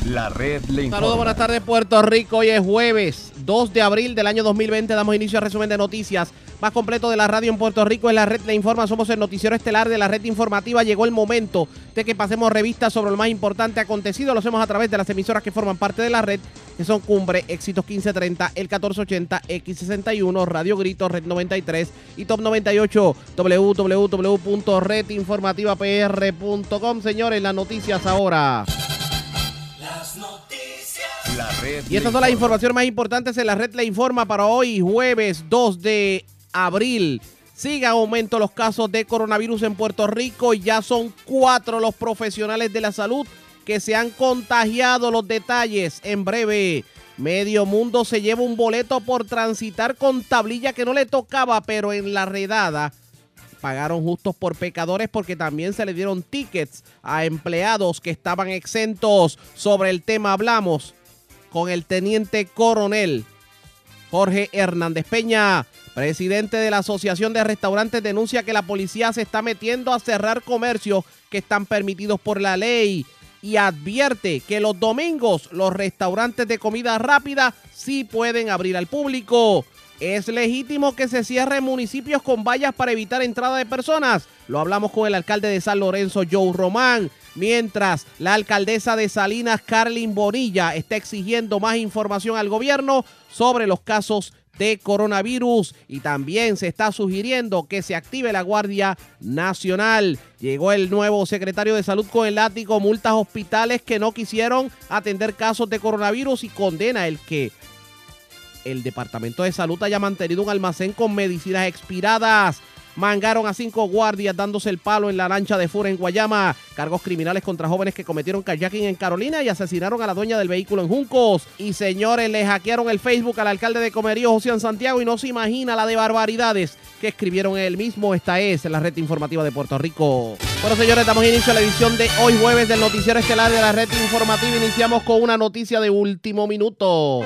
La red le informa. Saludos, buenas tardes Puerto Rico. Hoy es jueves 2 de abril del año 2020. Damos inicio al resumen de noticias más completo de la radio en Puerto Rico. En la red le informa, somos el noticiero estelar de la red informativa. Llegó el momento de que pasemos revistas sobre lo más importante acontecido. Lo hacemos a través de las emisoras que forman parte de la red, que son Cumbre, Éxitos 1530, El 1480, X61, Radio Grito, Red 93 y Top 98, www.redinformativapr.com. Señores, las noticias ahora. La red Y estas son las informaciones más importantes en la red le informa para hoy, jueves 2 de abril. Sigue aumento los casos de coronavirus en Puerto Rico y ya son 4 los profesionales de la salud que se han contagiado. Los detalles en breve. Medio mundo se lleva un boleto por transitar con tablilla que no le tocaba, pero en la redada pagaron justos por pecadores porque también se le dieron tickets a empleados que estaban exentos. Sobre el tema hablamos con el teniente coronel Jorge Hernández Peña, presidente de la Asociación de Restaurantes, denuncia que la policía se está metiendo a cerrar comercios que están permitidos por la ley y advierte que los domingos los restaurantes de comida rápida sí pueden abrir al público. ¿Es legítimo que se cierren municipios con vallas para evitar entrada de personas? Lo hablamos con el alcalde de San Lorenzo, Joe Román, mientras la alcaldesa de Salinas, Carlin Bonilla, está exigiendo más información al gobierno sobre los casos de coronavirus y también se está sugiriendo que se active la Guardia Nacional. Llegó el nuevo secretario de Salud con el látigo, multas hospitales que no quisieron atender casos de coronavirus y condena el que el Departamento de Salud haya mantenido un almacén con medicinas expiradas. Mangaron a 5 guardias dándose el palo en la lancha de Fura en Guayama. Cargos criminales contra jóvenes que cometieron kayaking en Carolina y asesinaron a la dueña del vehículo en Juncos. Y señores, le hackearon el Facebook al alcalde de Comerío, José Santiago, y no se imagina la de barbaridades que escribieron él mismo. Esta es la red informativa de Puerto Rico. Bueno, señores, damos inicio a la edición de hoy jueves del noticiero estelar de la red informativa. Iniciamos con una noticia de último minuto.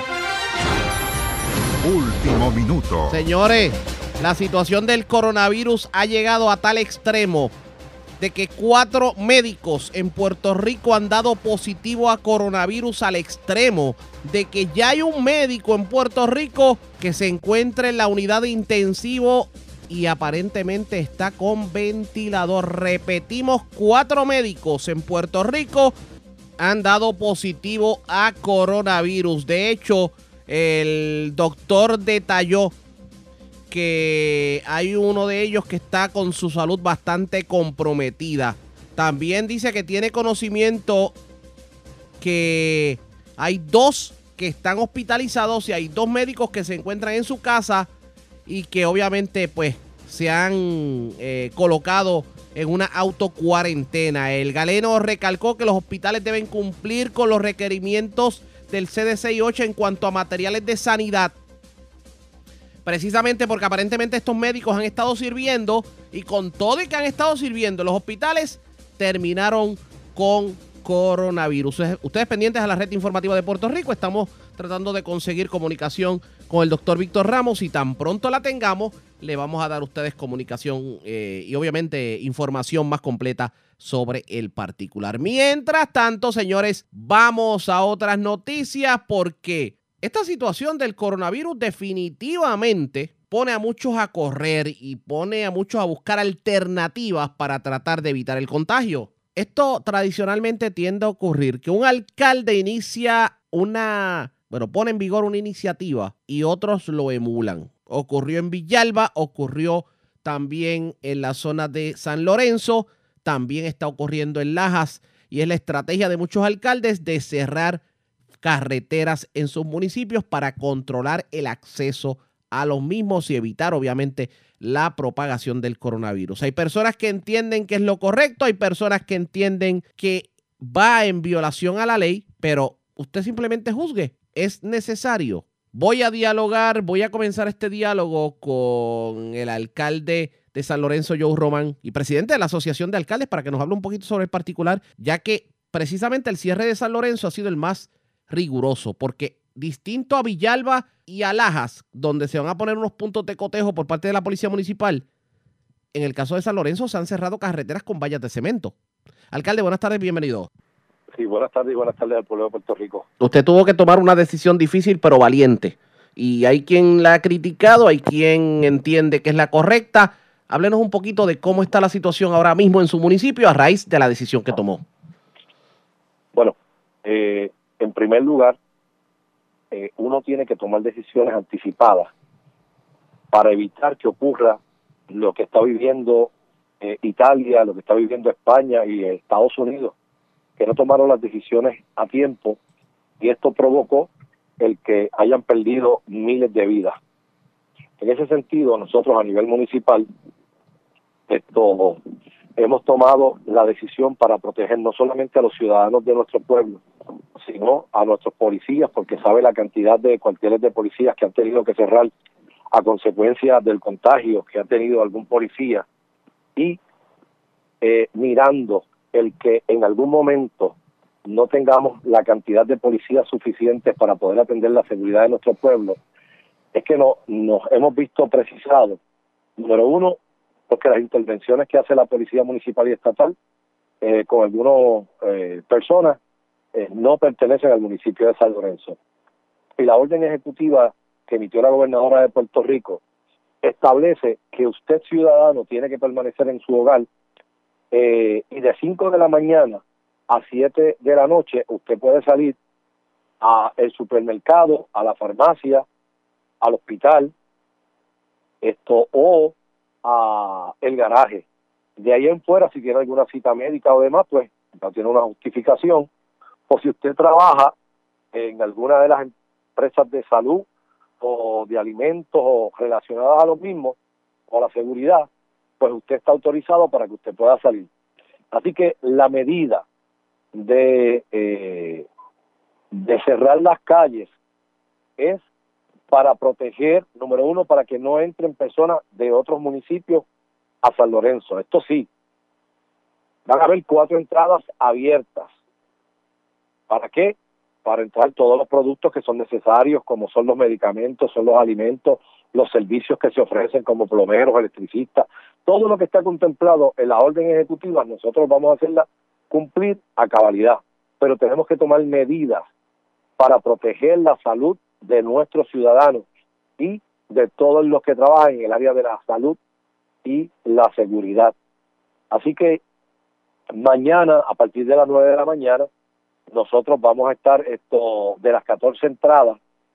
Último minuto. Señores, la situación del coronavirus ha llegado a tal extremo de que 4 médicos en Puerto Rico han dado positivo a coronavirus, al extremo de que ya hay un médico en Puerto Rico que se encuentra en la unidad de intensivo y aparentemente está con ventilador. Repetimos, 4 médicos en Puerto Rico han dado positivo a coronavirus. De hecho, el doctor detalló que hay uno de ellos que está con su salud bastante comprometida. También dice que tiene conocimiento que hay 2 que están hospitalizados y hay 2 médicos que se encuentran en su casa y que obviamente pues se han colocado en una autocuarentena. El galeno recalcó que los hospitales deben cumplir con los requerimientos del CDC y OCHA en cuanto a materiales de sanidad, precisamente porque aparentemente estos médicos han estado sirviendo y con todo y que han estado sirviendo, los hospitales terminaron con coronavirus. Ustedes pendientes a la red informativa de Puerto Rico, estamos tratando de conseguir comunicación con el doctor Víctor Ramos y tan pronto la tengamos, le vamos a dar a ustedes comunicación y obviamente información más completa sobre el particular. Mientras tanto, señores, vamos a otras noticias porque esta situación del coronavirus definitivamente pone a muchos a correr y pone a muchos a buscar alternativas para tratar de evitar el contagio. Esto tradicionalmente tiende a ocurrir que un alcalde inicia pone en vigor una iniciativa y otros lo emulan. Ocurrió en Villalba, ocurrió también en la zona de San Lorenzo, también está ocurriendo en Lajas y es la estrategia de muchos alcaldes de cerrar carreteras en sus municipios para controlar el acceso a los mismos y evitar obviamente la propagación del coronavirus. Hay personas que entienden que es lo correcto, hay personas que entienden que va en violación a la ley, pero usted simplemente juzgue. ¿Es necesario? Voy a dialogar, voy a comenzar este diálogo con el alcalde de San Lorenzo, Joe Román, y presidente de la Asociación de Alcaldes para que nos hable un poquito sobre el particular, ya que precisamente el cierre de San Lorenzo ha sido el más riguroso, porque distinto a Villalba y a Lajas, donde se van a poner unos puntos de cotejo por parte de la policía municipal, en el caso de San Lorenzo se han cerrado carreteras con vallas de cemento. Alcalde, buenas tardes, bienvenido. Sí, buenas tardes y buenas tardes al pueblo de Puerto Rico. Usted tuvo que tomar una decisión difícil pero valiente. Y hay quien la ha criticado, hay quien entiende que es la correcta. Háblenos un poquito de cómo está la situación ahora mismo en su municipio a raíz de la decisión que tomó. Bueno, en primer lugar, uno tiene que tomar decisiones anticipadas para evitar que ocurra lo que está viviendo Italia, lo que está viviendo España y Estados Unidos, que no tomaron las decisiones a tiempo y esto provocó el que hayan perdido miles de vidas. En ese sentido, nosotros a nivel municipal hemos tomado la decisión para proteger no solamente a los ciudadanos de nuestro pueblo, sino a nuestros policías, porque sabe la cantidad de cuarteles de policías que han tenido que cerrar a consecuencia del contagio que ha tenido algún policía, y mirando el que en algún momento no tengamos la cantidad de policías suficientes para poder atender la seguridad de nuestro pueblo, es que nos hemos visto precisados, número uno, porque las intervenciones que hace la Policía Municipal y Estatal con algunas personas no pertenecen al municipio de San Lorenzo. Y la orden ejecutiva que emitió la gobernadora de Puerto Rico establece que usted, ciudadano, tiene que permanecer en su hogar y de 5 de la mañana a 7 de la noche usted puede salir al supermercado, a la farmacia, al hospital, o a el garaje. De ahí en fuera, si tiene alguna cita médica o demás, pues no tiene una justificación. O si usted trabaja en alguna de las empresas de salud o de alimentos o relacionadas a los mismos, o a la seguridad, pues usted está autorizado para que usted pueda salir. Así que la medida de cerrar las calles es para proteger, número uno, para que no entren personas de otros municipios a San Lorenzo. Esto sí, van a haber 4 entradas abiertas. ¿Para qué? Para entrar todos los productos que son necesarios, como son los medicamentos, son los alimentos, los servicios que se ofrecen como plomeros, electricistas, todo lo que está contemplado en la orden ejecutiva, nosotros vamos a hacerla cumplir a cabalidad, pero tenemos que tomar medidas para proteger la salud de nuestros ciudadanos y de todos los que trabajan en el área de la salud y la seguridad. Así que mañana, a partir de las 9 de la mañana, nosotros vamos a estar, de las 14 entradas,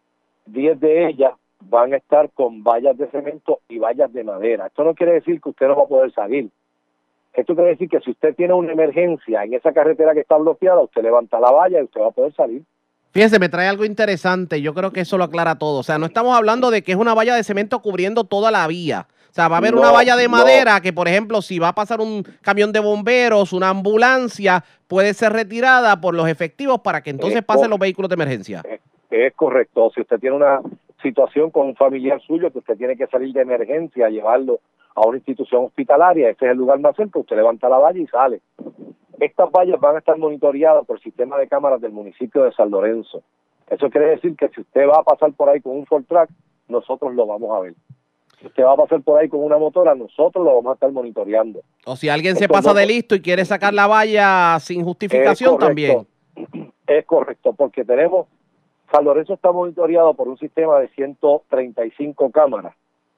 10 de ellas van a estar con vallas de cemento y vallas de madera. Esto no quiere decir que usted no va a poder salir. Esto quiere decir que si usted tiene una emergencia en esa carretera que está bloqueada, usted levanta la valla y usted va a poder salir. Fíjese, me trae algo interesante. Yo creo que eso lo aclara todo. O sea, no estamos hablando de que es una valla de cemento cubriendo toda la vía. O sea, va a haber una valla de madera que, por ejemplo, si va a pasar un camión de bomberos, una ambulancia, puede ser retirada por los efectivos para que entonces pasen los vehículos de emergencia. Es correcto. Si usted tiene una situación con un familiar suyo que usted tiene que salir de emergencia, llevarlo a una institución hospitalaria, ese es el lugar más cerca, usted levanta la valla y sale. Estas vallas van a estar monitoreadas por el sistema de cámaras del municipio de San Lorenzo. Eso quiere decir que si usted va a pasar por ahí con un Ford Track, nosotros lo vamos a ver. Si usted va a pasar por ahí con una motora, nosotros lo vamos a estar monitoreando. O si alguien se pasa de listo y quiere sacar la valla sin justificación también. Es correcto, porque San Lorenzo está monitoreado por un sistema de 135 cámaras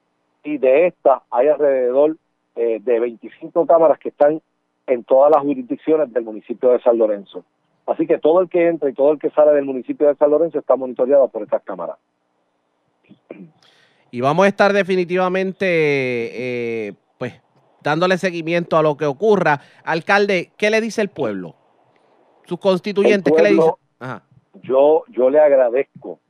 y de estas hay alrededor de 25 cámaras que están en todas las jurisdicciones del municipio de San Lorenzo. Así que todo el que entra y todo el que sale del municipio de San Lorenzo está monitoreado por estas cámaras. Y vamos a estar definitivamente pues dándole seguimiento a lo que ocurra. Alcalde, ¿qué le dice el pueblo? Sus constituyentes, ¿qué le dicen? Ajá. Yo le agradezco.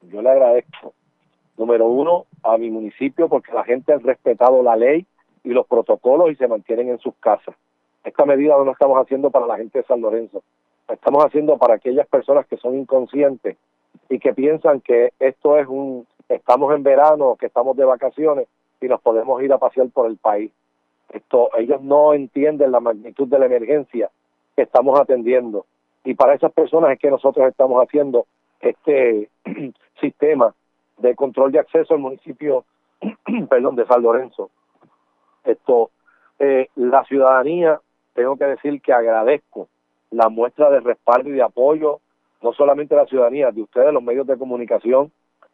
Número uno, a mi municipio, porque la gente ha respetado la ley y los protocolos y se mantienen en sus casas. Esta medida no la estamos haciendo para la gente de San Lorenzo. La estamos haciendo para aquellas personas que son inconscientes y que piensan que esto es estamos en verano, que estamos de vacaciones y nos podemos ir a pasear por el país. Ellos no entienden la magnitud de la emergencia que estamos atendiendo. Y para esas personas es que nosotros estamos haciendo este sistema de control de acceso al municipio de San Lorenzo. La ciudadanía, tengo que decir que agradezco la muestra de respaldo y de apoyo, no solamente de la ciudadanía, de ustedes, los medios de comunicación,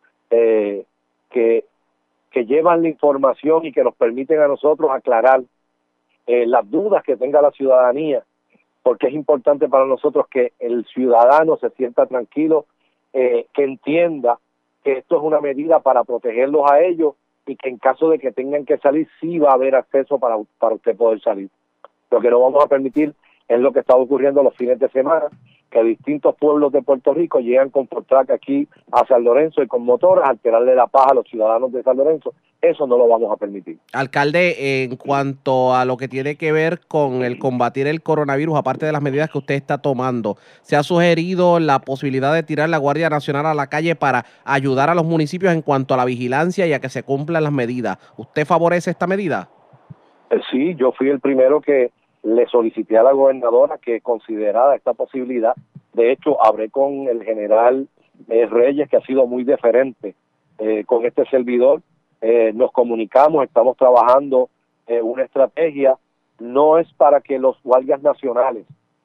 que llevan la información y que nos permiten a nosotros aclarar las dudas que tenga la ciudadanía, porque es importante para nosotros que el ciudadano se sienta tranquilo, que entienda que esto es una medida para protegerlos a ellos y que en caso de que tengan que salir, sí va a haber acceso para usted poder salir. Lo que no vamos a permitir es lo que está ocurriendo los fines de semana, que distintos pueblos de Puerto Rico llegan con Fortrack aquí a San Lorenzo y con motoras a alterarle la paz a los ciudadanos de San Lorenzo. Eso no lo vamos a permitir. Alcalde, en cuanto a lo que tiene que ver con el combatir el coronavirus, aparte de las medidas que usted está tomando, ¿se ha sugerido la posibilidad de tirar la Guardia Nacional a la calle para ayudar a los municipios en cuanto a la vigilancia y a que se cumplan las medidas? ¿Usted favorece esta medida? Sí, yo fui el primero que le solicité a la gobernadora que considerara esta posibilidad. De hecho, hablé con el general Reyes, que ha sido muy deferente con este servidor. Nos comunicamos, estamos trabajando una estrategia. No es para que los guardias nacionales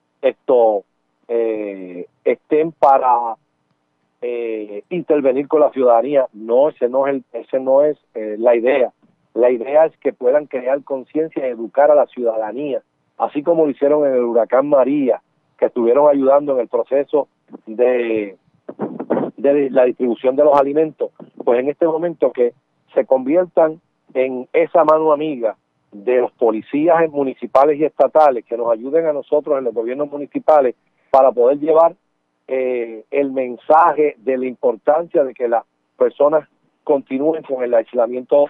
estén para intervenir con la ciudadanía. No, ese no es la idea. La idea es que puedan crear conciencia y educar a la ciudadanía, así como lo hicieron en el huracán María, que estuvieron ayudando en el proceso de la distribución de los alimentos. Pues en este momento que se conviertan en esa mano amiga de los policías municipales y estatales, que nos ayuden a nosotros en los gobiernos municipales para poder llevar el mensaje de la importancia de que las personas continúen con el aislamiento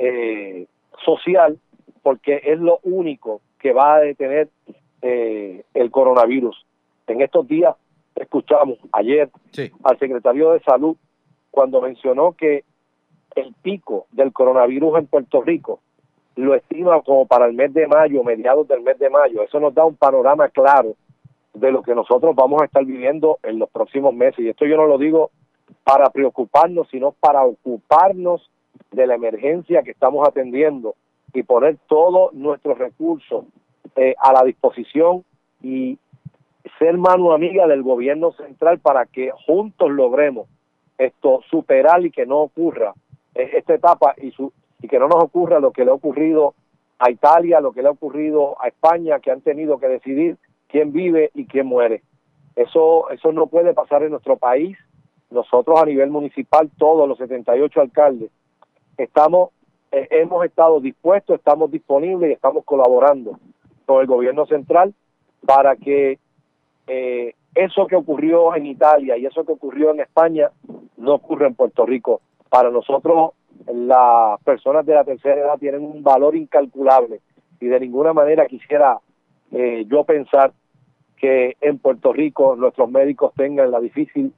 social, porque es lo único que va a detener el coronavirus. En estos días escuchamos ayer al secretario de Salud cuando mencionó que el pico del coronavirus en Puerto Rico lo estima como para el mes de mayo, mediados del mes de mayo. Eso nos da un panorama claro de lo que nosotros vamos a estar viviendo en los próximos meses. Y esto yo no lo digo para preocuparnos, sino para ocuparnos de la emergencia que estamos atendiendo y poner todos nuestros recursos a la disposición y ser mano amiga del gobierno central para que juntos logremos superar y que no ocurra esta etapa y que no nos ocurra lo que le ha ocurrido a Italia, lo que le ha ocurrido a España, que han tenido que decidir quién vive y quién muere. Eso no puede pasar en nuestro país. Nosotros a nivel municipal, todos los 78 alcaldes, hemos estado dispuestos, estamos disponibles y estamos colaborando con el gobierno central para que eso que ocurrió en Italia y eso que ocurrió en España no ocurra en Puerto Rico. Para nosotros, las personas de la tercera edad tienen un valor incalculable y de ninguna manera quisiera yo pensar que en Puerto Rico nuestros médicos tengan la difícil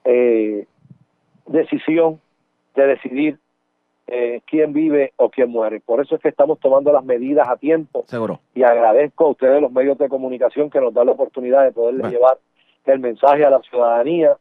decisión de decidir quién vive o quién muere. Por eso es que estamos tomando las medidas a tiempo. Seguro. Y agradezco a ustedes, los medios de comunicación, que nos dan la oportunidad de poderles llevar el mensaje a la ciudadanía.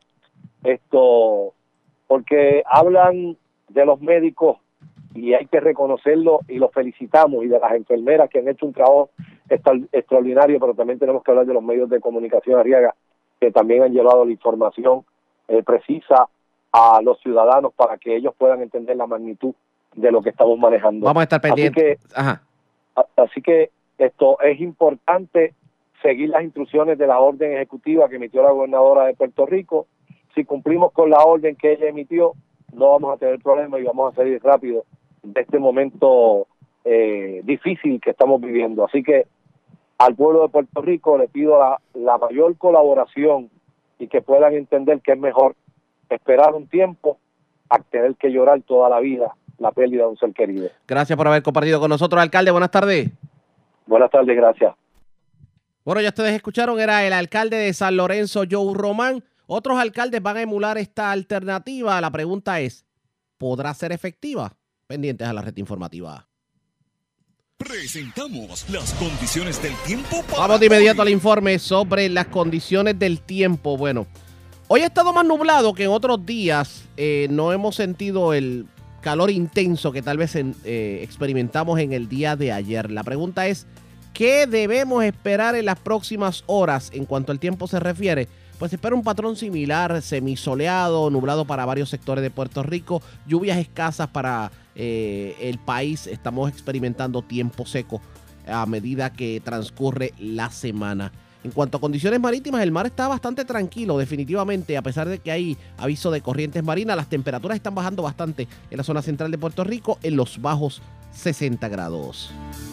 Porque hablan de los médicos y hay que reconocerlo y los felicitamos, y de las enfermeras que han hecho un trabajo extraordinario, pero también tenemos que hablar de los medios de comunicación, Arriaga, que también han llevado la información precisa a los ciudadanos para que ellos puedan entender la magnitud de lo que estamos manejando. Vamos a estar pendientes. Así que esto es importante, seguir las instrucciones de la orden ejecutiva que emitió la gobernadora de Puerto Rico. Si cumplimos con la orden que ella emitió, no vamos a tener problemas y vamos a salir rápido de este momento difícil que estamos viviendo. Así que al pueblo de Puerto Rico le pido la mayor colaboración y que puedan entender que es mejor esperar un tiempo a tener que llorar toda la vida la pérdida de un ser querido. Gracias por haber compartido con nosotros, alcalde. Buenas tardes. Buenas tardes, gracias. Bueno, ya ustedes escucharon, era el alcalde de San Lorenzo, Joe Román. Otros alcaldes van a emular esta alternativa. La pregunta es, ¿podrá ser efectiva? Pendientes a la red informativa. Presentamos las condiciones del tiempo para Vamos de inmediato al informe sobre las condiciones del tiempo. Bueno, hoy ha estado más nublado que en otros días. No hemos sentido el calor intenso que tal vez experimentamos en el día de ayer. La pregunta es, ¿Qué debemos esperar en las próximas horas en cuanto al tiempo se refiere? Pues se espera un patrón similar, semisoleado, nublado para varios sectores de Puerto Rico, lluvias escasas para el país. Estamos experimentando tiempo seco a medida que transcurre la semana. En cuanto a condiciones marítimas, el mar está bastante tranquilo, definitivamente, a pesar de que hay aviso de corrientes marinas. Las temperaturas están bajando bastante en la zona central de Puerto Rico, en los bajos 60 grados.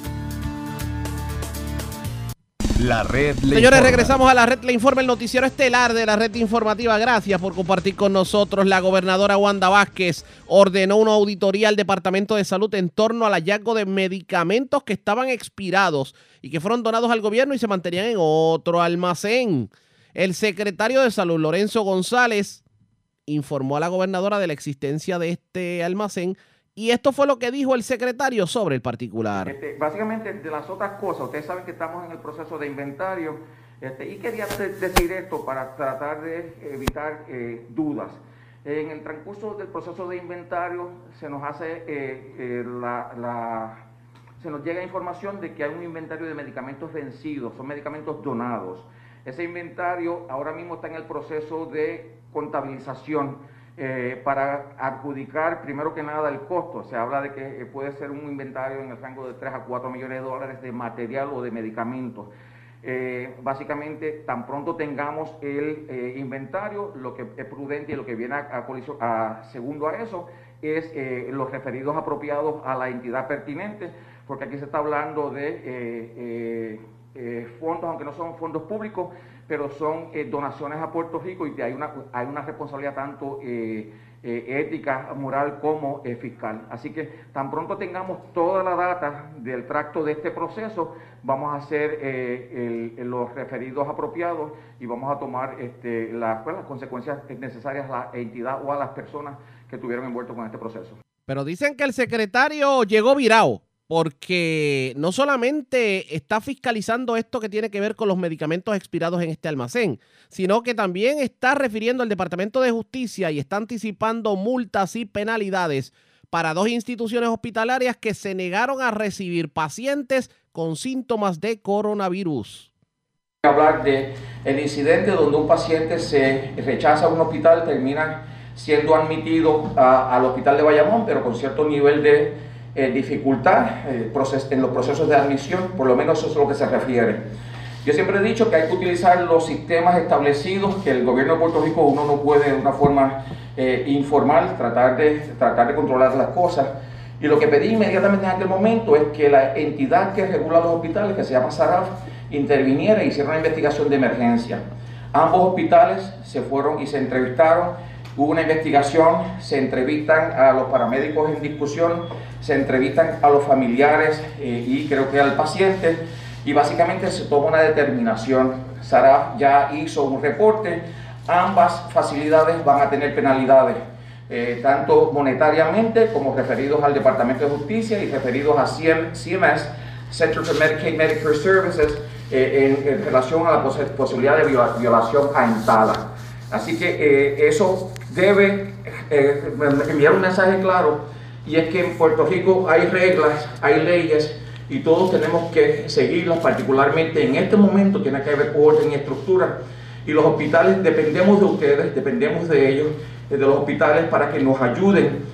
La red le Señores, informa. regresamos a la red le informa, el noticiero estelar de la red informativa. Gracias por compartir con nosotros. La gobernadora Wanda Vázquez ordenó una auditoría al Departamento de Salud en torno al hallazgo de medicamentos que estaban expirados y que fueron donados al gobierno y se mantenían en otro almacén. El secretario de Salud, Lorenzo González, informó a la gobernadora de la existencia de este almacén. Y esto fue lo que dijo el secretario sobre el particular. Básicamente, de las otras cosas, ustedes saben que estamos en el proceso de inventario y quería decir esto para tratar de evitar dudas. En el transcurso del proceso de inventario se nos hace se nos llega información de que hay un inventario de medicamentos vencidos, son medicamentos donados. Ese inventario ahora mismo está en el proceso de contabilización. Para adjudicar primero que nada el costo. Se habla de que puede ser un inventario en el rango de 3 a 4 millones de dólares de material o de medicamentos. Básicamente, tan pronto tengamos el inventario, lo que es prudente y lo que viene segundo a eso es los referidos apropiados a la entidad pertinente, porque aquí se está hablando de fondos, aunque no son fondos públicos, pero son donaciones a Puerto Rico y hay una responsabilidad tanto ética, moral como fiscal. Así que tan pronto tengamos toda la data del tracto de este proceso, vamos a hacer los referidos apropiados y vamos a tomar las consecuencias necesarias a la entidad o a las personas que estuvieron envueltos con este proceso. Pero dicen que el secretario llegó virado, porque no solamente está fiscalizando esto que tiene que ver con los medicamentos expirados en este almacén, sino que también está refiriendo al Departamento de Justicia y está anticipando multas y penalidades para 2 instituciones hospitalarias que se negaron a recibir pacientes con síntomas de coronavirus. Hablar de el incidente donde un paciente se rechaza a un hospital, termina siendo admitido al hospital de Bayamón, pero con cierto nivel de dificultad en los procesos de admisión, por lo menos eso es lo que se refiere. Yo siempre he dicho que hay que utilizar los sistemas establecidos, que el gobierno de Puerto Rico uno no puede de una forma informal tratar de controlar las cosas. Y lo que pedí inmediatamente en aquel momento es que la entidad que regula los hospitales, que se llama SARAF, interviniera y hiciera una investigación de emergencia. Ambos hospitales se fueron y se entrevistaron. Hubo una investigación, se entrevistan a los paramédicos en discusión, se entrevistan a los familiares y creo que al paciente, y básicamente se toma una determinación. SARAF ya hizo un reporte, ambas facilidades van a tener penalidades, tanto monetariamente como referidos al Departamento de Justicia y referidos a CMS, Center for Medicaid Medicare Services, en relación a la posibilidad de violación a EMTALA. Así que eso debe enviar un mensaje claro, y es que en Puerto Rico hay reglas, hay leyes, y todos tenemos que seguirlas, particularmente en este momento tiene que haber orden y estructura, y los hospitales dependemos de ustedes, dependemos de ellos, de los hospitales, para que nos ayuden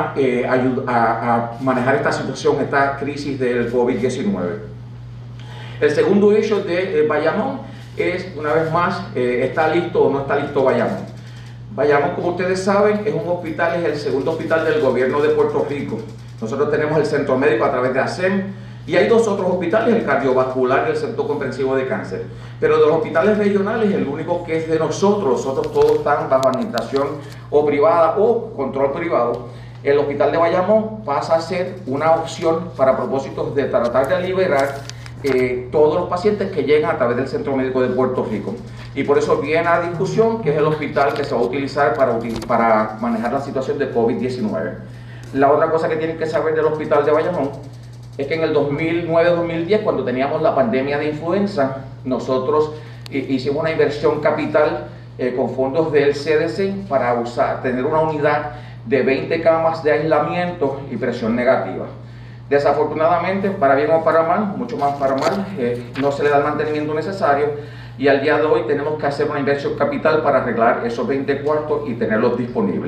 a manejar esta situación, esta crisis del COVID-19. El segundo hecho de Bayamón es, una vez más, ¿está listo o no está listo Bayamón? Bayamón, como ustedes saben, es un hospital, es el segundo hospital del gobierno de Puerto Rico. Nosotros tenemos el centro médico a través de ASEM y hay 2 otros hospitales, el cardiovascular y el centro comprensivo de cáncer. Pero de los hospitales regionales, el único que es de nosotros, los otros todos están bajo administración o privada o control privado. El hospital de Bayamón pasa a ser una opción para propósitos de tratar de liberar todos los pacientes que llegan a través del Centro Médico de Puerto Rico. Y por eso viene a discusión que es el hospital que se va a utilizar para manejar la situación de COVID-19. La otra cosa que tienen que saber del hospital de Bayamón es que en el 2009-2010, cuando teníamos la pandemia de influenza, nosotros hicimos una inversión capital con fondos del CDC para tener una unidad de 20 camas de aislamiento y presión negativa. Desafortunadamente, para bien o para mal, mucho más para mal, no se le da el mantenimiento necesario y al día de hoy tenemos que hacer una inversión capital para arreglar esos 20 cuartos y tenerlos disponibles.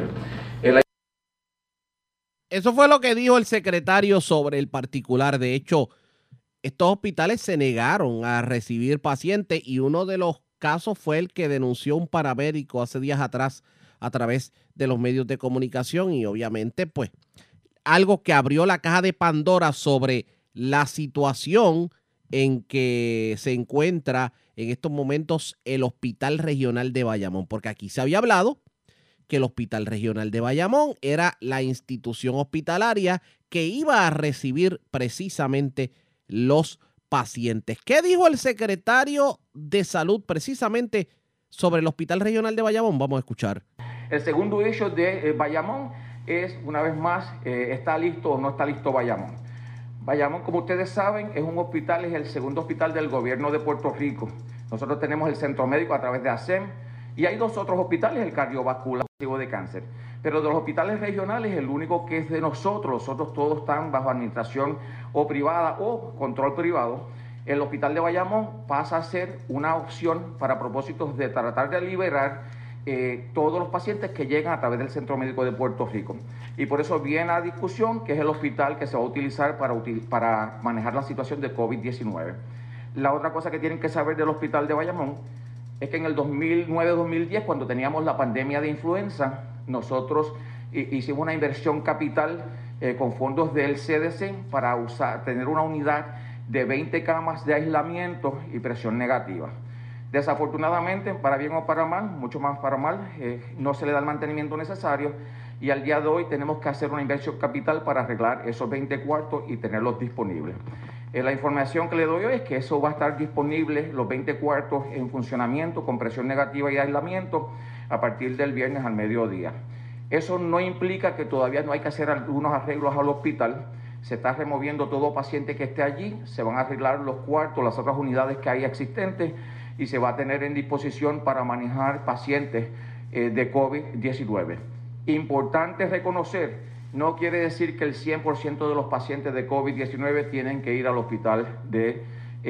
Eso fue lo que dijo el secretario sobre el particular. De hecho, estos hospitales se negaron a recibir pacientes y uno de los casos fue el que denunció un paramédico hace días atrás a través de los medios de comunicación y obviamente pues algo que abrió la caja de Pandora sobre la situación en que se encuentra en estos momentos el Hospital Regional de Bayamón, porque aquí se había hablado que el Hospital Regional de Bayamón era la institución hospitalaria que iba a recibir precisamente los pacientes. ¿Qué dijo el secretario de Salud precisamente sobre el Hospital Regional de Bayamón? Vamos a escuchar. El segundo hecho de Bayamón es, una vez más, ¿está listo o no está listo Bayamón? Bayamón, como ustedes saben, es un hospital, es el segundo hospital del gobierno de Puerto Rico. Nosotros tenemos el centro médico a través de ASEM y hay dos otros hospitales, el cardiovascular de cáncer. Pero de los hospitales regionales, el único que es de nosotros, los otros todos están bajo administración o privada o control privado. El hospital de Bayamón pasa a ser una opción para propósitos de tratar de liberar todos los pacientes que llegan a través del Centro Médico de Puerto Rico. Y por eso viene a discusión que es el hospital que se va a utilizar para manejar la situación de COVID-19. La otra cosa que tienen que saber del hospital de Bayamón es que en el 2009-2010, cuando teníamos la pandemia de influenza, nosotros hicimos una inversión capital con fondos del CDC para tener una unidad de 20 camas de aislamiento y presión negativa. Desafortunadamente, para bien o para mal, mucho más para mal, no se le da el mantenimiento necesario y al día de hoy tenemos que hacer una inversión capital para arreglar esos 20 cuartos y tenerlos disponibles. La información que le doy hoy es que eso va a estar disponible, los 20 cuartos en funcionamiento con presión negativa y aislamiento a partir del viernes al mediodía. Eso no implica que todavía no hay que hacer algunos arreglos al hospital. Se está removiendo todo paciente que esté allí, se van a arreglar los cuartos, las otras unidades que hay existentes y se va a tener en disposición para manejar pacientes de COVID-19. Importante reconocer, no quiere decir que el 100% de los pacientes de COVID-19 tienen que ir al hospital de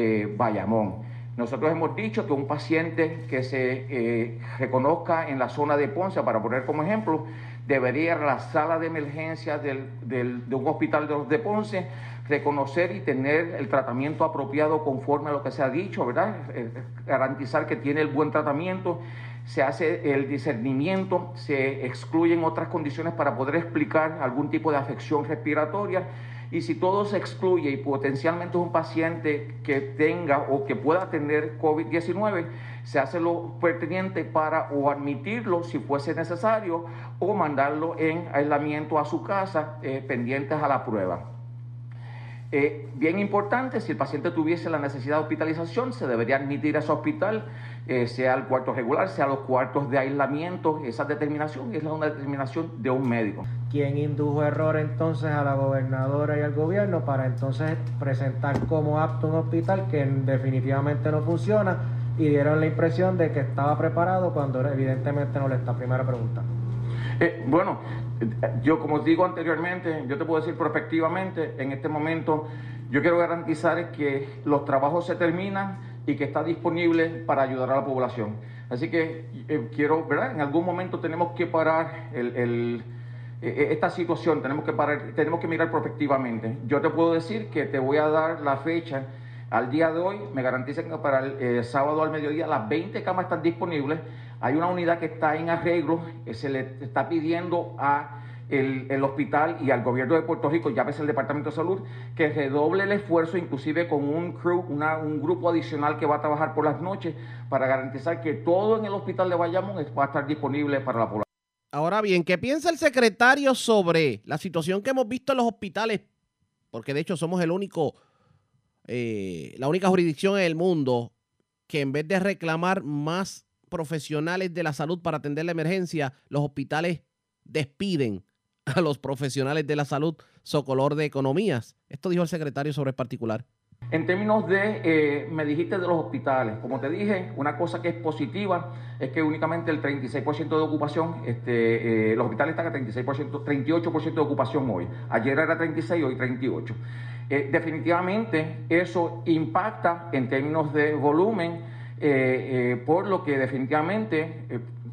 Bayamón. Nosotros hemos dicho que un paciente que se reconozca en la zona de Ponce, para poner como ejemplo, debería ir a la sala de emergencia de un hospital de Ponce, reconocer y tener el tratamiento apropiado conforme a lo que se ha dicho, ¿verdad? Garantizar que tiene el buen tratamiento, se hace el discernimiento, se excluyen otras condiciones para poder explicar algún tipo de afección respiratoria y si todo se excluye y potencialmente es un paciente que tenga o que pueda tener COVID-19, se hace lo pertinente para o admitirlo si fuese necesario o mandarlo en aislamiento a su casa pendientes a la prueba. Bien importante, si el paciente tuviese la necesidad de hospitalización, se debería admitir a ese hospital, sea el cuarto regular, sea los cuartos de aislamiento. Esa determinación es una determinación de un médico. ¿Quién indujo error entonces a la gobernadora y al gobierno para entonces presentar como apto un hospital que definitivamente no funciona y dieron la impresión de que estaba preparado cuando evidentemente no lo está? Primera pregunta. Bueno, yo como digo anteriormente, yo te puedo decir prospectivamente, en este momento yo quiero garantizar que los trabajos se terminan y que está disponible para ayudar a la población. Así que quiero, ¿verdad? En algún momento tenemos que parar esta situación, tenemos que mirar prospectivamente. Yo te puedo decir que te voy a dar la fecha. Al día de hoy me garantizan que para el sábado al mediodía las 20 camas están disponibles. Hay una unidad que está en arreglo, se le está pidiendo a el hospital y al gobierno de Puerto Rico, llámese el Departamento de Salud, que redoble el esfuerzo, inclusive con un crew, un grupo adicional que va a trabajar por las noches para garantizar que todo en el hospital de Bayamón va a estar disponible para la población. Ahora bien, ¿qué piensa el secretario sobre la situación que hemos visto en los hospitales? Porque de hecho somos la única jurisdicción en el mundo que en vez de reclamar más profesionales de la salud para atender la emergencia, los hospitales despiden a los profesionales de la salud socolor de economías. Esto dijo el secretario sobre el particular. En términos de, me dijiste de los hospitales, como te dije, una cosa que es positiva es que únicamente el 36% de ocupación, los hospitales están a 36%, 38% de ocupación hoy. Ayer era 36, hoy 38. Definitivamente eso impacta en términos de volumen, por lo que definitivamente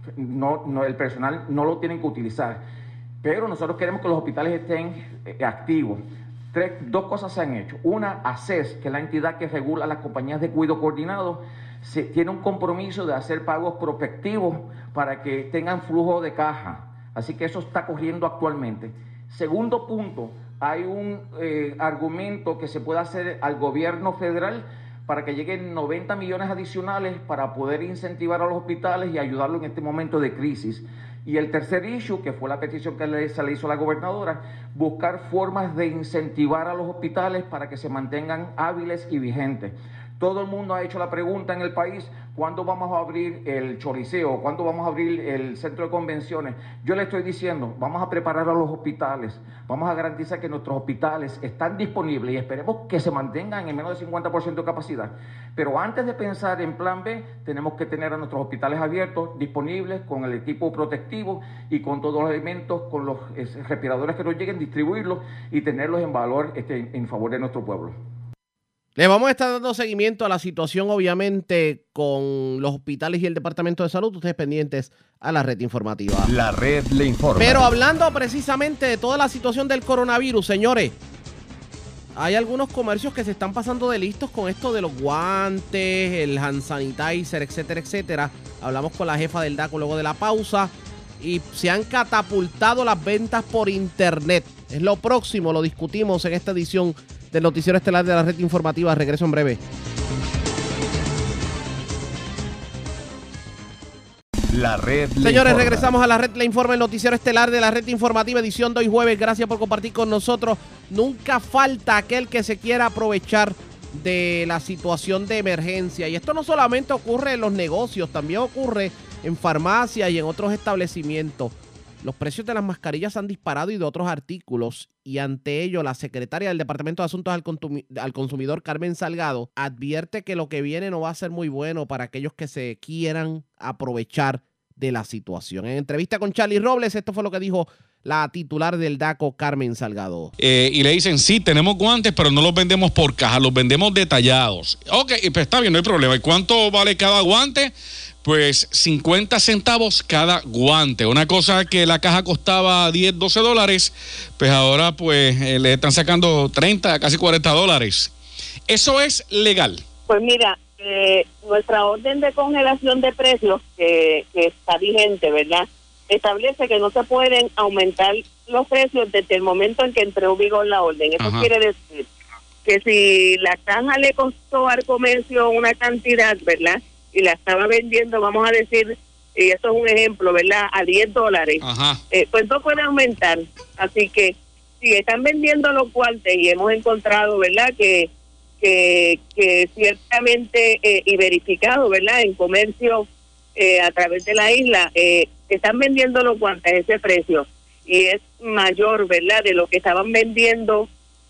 el personal no lo tienen que utilizar. Pero nosotros queremos que los hospitales estén activos. Dos cosas se han hecho. Una, ACES, que es la entidad que regula las compañías de cuidado coordinado, tiene un compromiso de hacer pagos prospectivos para que tengan flujo de caja. Así que eso está corriendo actualmente. Segundo punto, hay un argumento que se puede hacer al gobierno federal para que lleguen 90 millones adicionales para poder incentivar a los hospitales y ayudarlos en este momento de crisis. Y el tercer issue, que fue la petición que se le hizo a la gobernadora, buscar formas de incentivar a los hospitales para que se mantengan hábiles y vigentes. Todo el mundo ha hecho la pregunta en el país, ¿cuándo vamos a abrir el Choliseo? ¿Cuándo vamos a abrir el centro de convenciones? Yo le estoy diciendo, vamos a preparar a los hospitales, vamos a garantizar que nuestros hospitales están disponibles y esperemos que se mantengan en menos del 50% de capacidad. Pero antes de pensar en plan B, tenemos que tener a nuestros hospitales abiertos, disponibles, con el equipo protectivo y con todos los elementos, con los respiradores que nos lleguen, distribuirlos y tenerlos en valor en favor de nuestro pueblo. Le vamos a estar dando seguimiento a la situación, obviamente, con los hospitales y el Departamento de Salud. Ustedes pendientes a la red informativa. La red le informa. Pero hablando precisamente de toda la situación del coronavirus, señores, hay algunos comercios que se están pasando de listos con esto de los guantes, el hand sanitizer, etcétera, etcétera. Hablamos con la jefa del DACO luego de la pausa y se han catapultado las ventas por internet. Es lo próximo, lo discutimos en esta edición del Noticiero Estelar de la Red Informativa. Regreso en breve. La red le Señores, informa. regresamos a la Red Le Informa, el Noticiero Estelar de la Red Informativa, edición de hoy jueves. Gracias por compartir con nosotros. Nunca falta aquel que se quiera aprovechar de la situación de emergencia. Y esto no solamente ocurre en los negocios, también ocurre en farmacias y en otros establecimientos. Los precios de las mascarillas han disparado y de otros artículos, y ante ello la secretaria del Departamento de Asuntos al Consumidor, Carmen Salgado, advierte que lo que viene no va a ser muy bueno para aquellos que se quieran aprovechar de la situación. En entrevista con Charlie Robles, esto fue lo que dijo la titular del DACO, Carmen Salgado. Y le dicen, sí, tenemos guantes, pero no los vendemos por caja, los vendemos detallados. Ok, pues está bien, no hay problema. ¿Y cuánto vale cada guante? Pues 50 centavos cada guante. Una cosa que la caja costaba $10, $12, pues ahora pues le están sacando 30, casi $40. ¿Eso es legal? Pues mira, nuestra orden de congelación de precios que está vigente, ¿verdad?, establece que no se pueden aumentar los precios desde el momento en que entró en vigor la orden. Eso quiere decir que si la caja le costó al comercio una cantidad, ¿verdad?, y la estaba vendiendo, vamos a decir, y esto es un ejemplo, ¿verdad?, a $10, pues no puede aumentar. Así que si están vendiendo los guantes, y hemos encontrado, ¿verdad?, que ciertamente y verificado, ¿verdad?, en comercio a través de la isla, están vendiendo los guantes a ese precio y es mayor, ¿verdad?, de lo que estaban vendiendo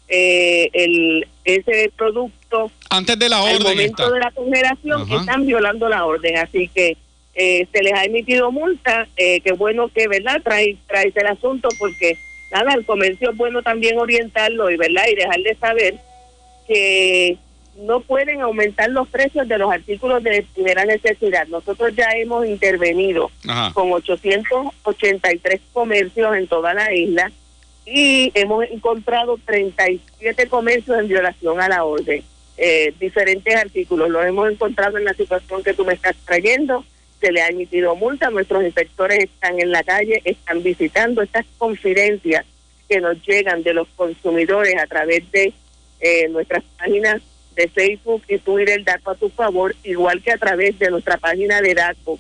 ese producto antes de la orden. Al momento de la congelación están violando la orden, así que se les ha emitido multa. Qué bueno que, ¿verdad?, trae el asunto, porque nada, el comercio es bueno también orientarlo y, ¿verdad?, y dejarle saber que no pueden aumentar los precios de los artículos de primera necesidad. Nosotros ya hemos intervenido con 883 comercios en toda la isla y hemos encontrado 37 comercios en violación a la orden. Diferentes artículos los hemos encontrado en la situación que tú me estás trayendo. Se le ha emitido multa, nuestros inspectores están en la calle, están visitando estas confidencias que nos llegan de los consumidores a través de nuestras páginas de Facebook y Twitter, DACO a tu favor, igual que a través de nuestra página de DACO,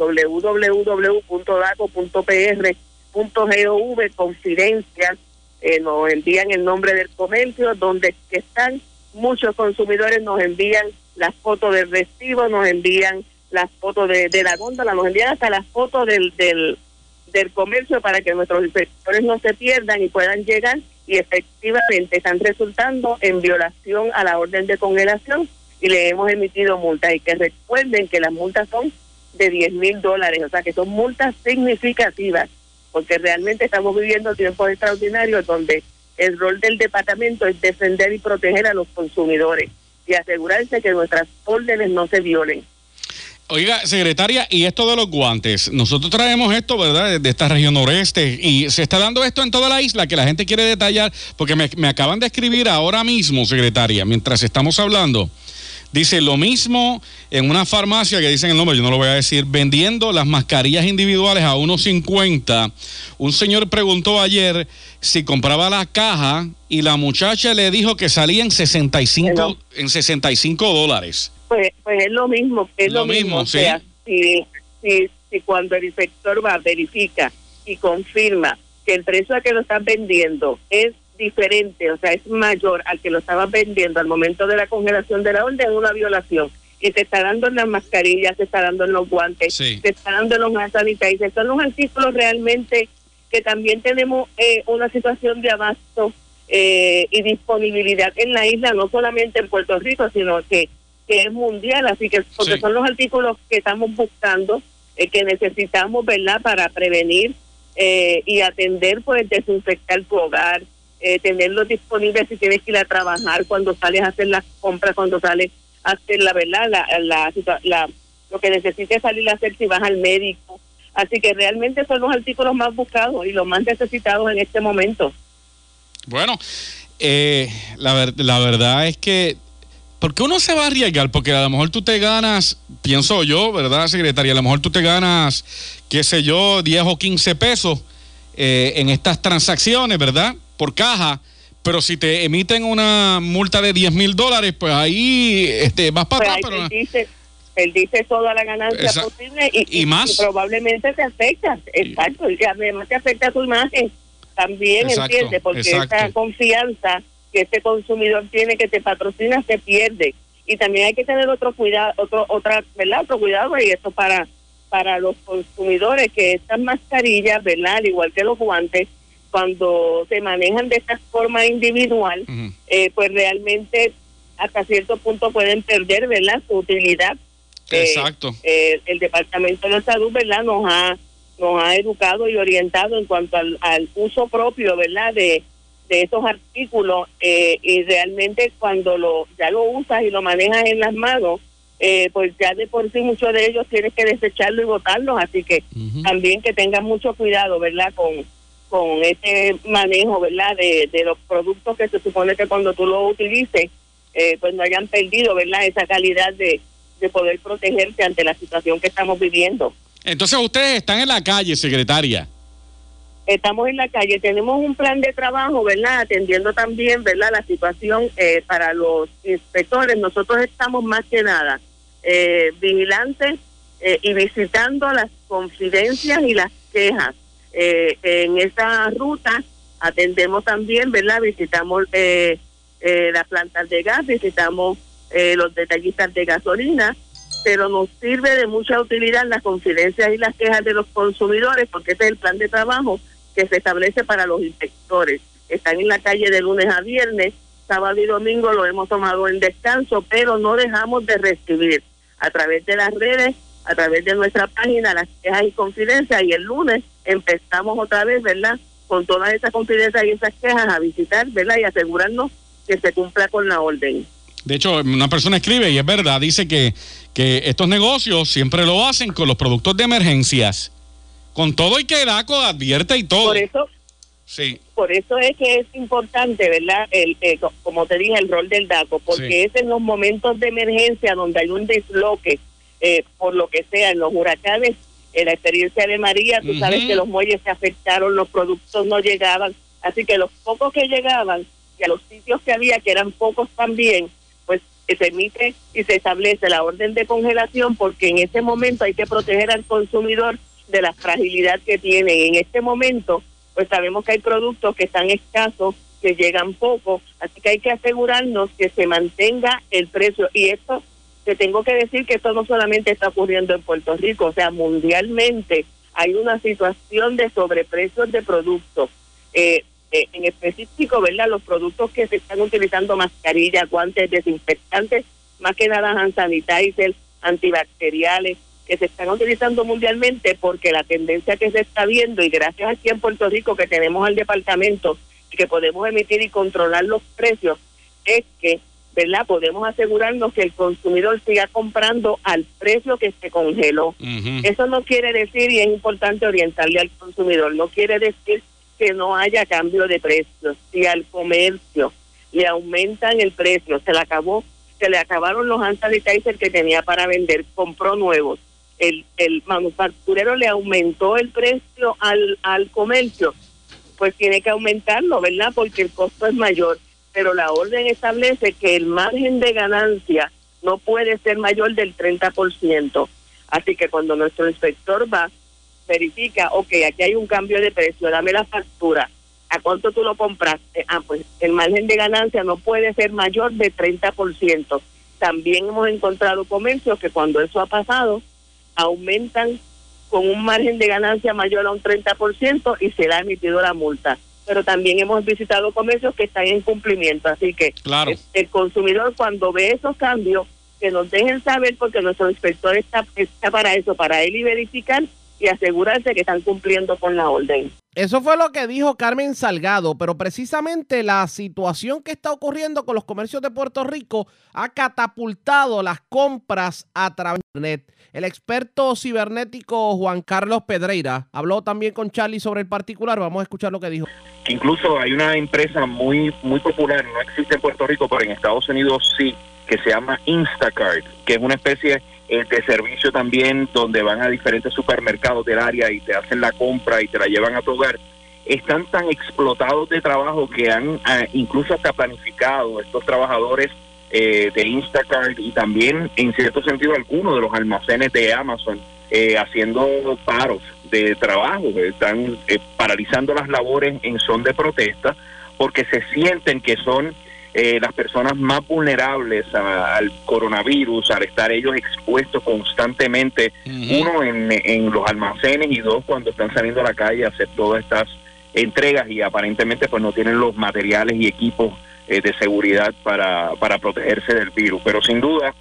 www.daco.pr.gov, confidencias, nos envían el nombre del comercio, donde están muchos consumidores, nos envían las fotos del recibo, nos envían las fotos de la góndola, nos envían hasta las fotos del comercio para que nuestros inspectores no se pierdan y puedan llegar y efectivamente están resultando en violación a la orden de congelación y le hemos emitido multas. Y que recuerden que las multas son de $10,000, o sea que son multas significativas, porque realmente estamos viviendo tiempos extraordinarios donde el rol del departamento es defender y proteger a los consumidores y asegurarse que nuestras órdenes no se violen. Oiga, secretaria, y esto de los guantes, nosotros traemos esto, ¿verdad?, de esta región noreste, y se está dando esto en toda la isla, que la gente quiere detallar, porque me acaban de escribir ahora mismo, secretaria, mientras estamos hablando. Dice lo mismo en una farmacia, que dicen el nombre, yo no lo voy a decir, vendiendo las mascarillas individuales a $1.50. Un señor preguntó ayer si compraba la caja y la muchacha le dijo que salía en $65. Pues es lo mismo, lo mismo. O sea, si cuando el inspector verifica y confirma que el precio a que lo están vendiendo es diferente, o sea, es mayor al que lo estaban vendiendo al momento de la congelación de la orden, es una violación. Y se está dando en las mascarillas, se está dando en los guantes, se está dando en los hand sanitizers. Son los artículos realmente que también tenemos una situación de abasto y disponibilidad en la isla, no solamente en Puerto Rico, sino que es mundial, así que porque son los artículos que estamos buscando, que necesitamos, ¿verdad?, para prevenir y atender, pues desinfectar tu hogar, tenerlos disponibles si tienes que ir a trabajar, cuando sales a hacer las compras, cuando sales a hacer la verdad, lo que necesites salir a hacer si vas al médico. Así que realmente son los artículos más buscados y los más necesitados en este momento. Bueno, la verdad es que porque uno se va a arriesgar, porque a lo mejor tú te ganas, pienso yo, ¿verdad, secretaria? A lo mejor tú te ganas, qué sé yo, 10 o 15 pesos en estas transacciones, ¿verdad?, por caja, pero si te emiten una multa de $10,000, pues ahí vas para atrás. Él dice toda la ganancia posible y más. Y probablemente te afecta, exacto, y además te afecta tu imagen también, ¿entiendes? Porque esa confianza que este consumidor tiene, que te patrocina, se pierde. Y también hay que tener otro cuidado, otro cuidado, y esto para los consumidores, que estas mascarillas, ¿verdad?, al igual que los guantes, cuando se manejan de esta forma individual, pues realmente hasta cierto punto pueden perder, ¿verdad?, su utilidad. Exacto. El Departamento de Salud, ¿verdad?, nos ha educado y orientado en cuanto al uso propio, ¿verdad?, de esos artículos, y realmente cuando ya lo usas y lo manejas en las manos, pues ya de por sí muchos de ellos tienes que desecharlo y botarlos, así que también que tengan mucho cuidado, ¿verdad?, con este manejo, ¿verdad?, de los productos, que se supone que cuando tú los utilices, pues no hayan perdido, ¿verdad?, esa calidad de poder protegerte ante la situación que estamos viviendo. Entonces ustedes están en la calle, secretaria. Estamos en la calle, tenemos un plan de trabajo, ¿verdad?, atendiendo también, ¿verdad?, la situación para los inspectores. Nosotros estamos más que nada vigilantes y visitando las confidencias y las quejas. En esa ruta atendemos también, ¿verdad?, visitamos las plantas de gas, visitamos los detallistas de gasolina, pero nos sirve de mucha utilidad las confidencias y las quejas de los consumidores, porque ese es el plan de trabajo que se establece para los inspectores. Están en la calle de lunes a viernes, sábado y domingo lo hemos tomado en descanso, pero no dejamos de recibir a través de las redes, a través de nuestra página, las quejas y confidencias, y el lunes empezamos otra vez, ¿verdad?, con todas esas confidencias y esas quejas a visitar, ¿verdad?, y asegurarnos que se cumpla con la orden. De hecho, una persona escribe, y es verdad, dice que estos negocios siempre lo hacen con los productos de emergencias, con todo, y que DACO advierte y todo. Por eso es que es importante, ¿verdad?, como te dije, el rol del DACO, porque es en los momentos de emergencia donde hay un desloque, por lo que sea, en los huracanes, en la experiencia de María, tú sabes que los muelles se afectaron, los productos no llegaban, así que los pocos que llegaban, y a los sitios que había, que eran pocos también, pues se emite y se establece la orden de congelación, porque en ese momento hay que proteger al consumidor de la fragilidad que tiene. En este momento, pues sabemos que hay productos que están escasos, que llegan poco, así que hay que asegurarnos que se mantenga el precio. Y esto, te tengo que decir que esto no solamente está ocurriendo en Puerto Rico, o sea, mundialmente hay una situación de sobreprecios de productos. en específico, ¿verdad? Los productos que se están utilizando, mascarillas, guantes, desinfectantes, más que nada hand sanitizer, antibacteriales, que se están utilizando mundialmente, porque la tendencia que se está viendo, y gracias aquí en Puerto Rico que tenemos al departamento y que podemos emitir y controlar los precios, es que, ¿verdad?, podemos asegurarnos que el consumidor siga comprando al precio que se congeló. Eso no quiere decir, y es importante orientarle al consumidor, no quiere decir que no haya cambio de precios. Si al comercio le aumentan el precio, se le acabaron los hand sanitizer que tenía para vender, compró nuevos, el manufacturero le aumentó el precio al comercio, pues tiene que aumentarlo, ¿verdad?, porque el costo es mayor. Pero la orden establece que el margen de ganancia no puede ser mayor del 30%. Así que cuando nuestro inspector va, verifica, ok, aquí hay un cambio de precio, dame la factura, ¿a cuánto tú lo compraste? Pues el margen de ganancia no puede ser mayor de 30%. También hemos encontrado comercios que cuando eso ha pasado, aumentan con un margen de ganancia mayor a un 30% y se le ha emitido la multa. Pero también hemos visitado comercios que están en cumplimiento, así que claro, el consumidor, cuando ve esos cambios, que nos dejen saber, porque nuestro inspector está para eso, para él y verificar y asegurarse que están cumpliendo con la orden. Eso fue lo que dijo Carmen Salgado, pero precisamente la situación que está ocurriendo con los comercios de Puerto Rico ha catapultado las compras a través de Internet. El experto cibernético Juan Carlos Pedreira habló también con Charlie sobre el particular. Vamos a escuchar lo que dijo. Incluso hay una empresa muy popular, no existe en Puerto Rico, pero en Estados Unidos sí, que se llama Instacart, que es una especie de servicio también donde van a diferentes supermercados del área y te hacen la compra y te la llevan a tu hogar. Están tan explotados de trabajo que han incluso hasta planificado estos trabajadores de Instacart y también en cierto sentido algunos de los almacenes de Amazon haciendo paros de trabajo. Están paralizando las labores en son de protesta porque se sienten que son las personas más vulnerables al coronavirus, al estar ellos expuestos constantemente, uno en los almacenes y dos cuando están saliendo a la calle a hacer todas estas entregas y aparentemente pues no tienen los materiales y equipos de seguridad para protegerse del virus. Pero sin duda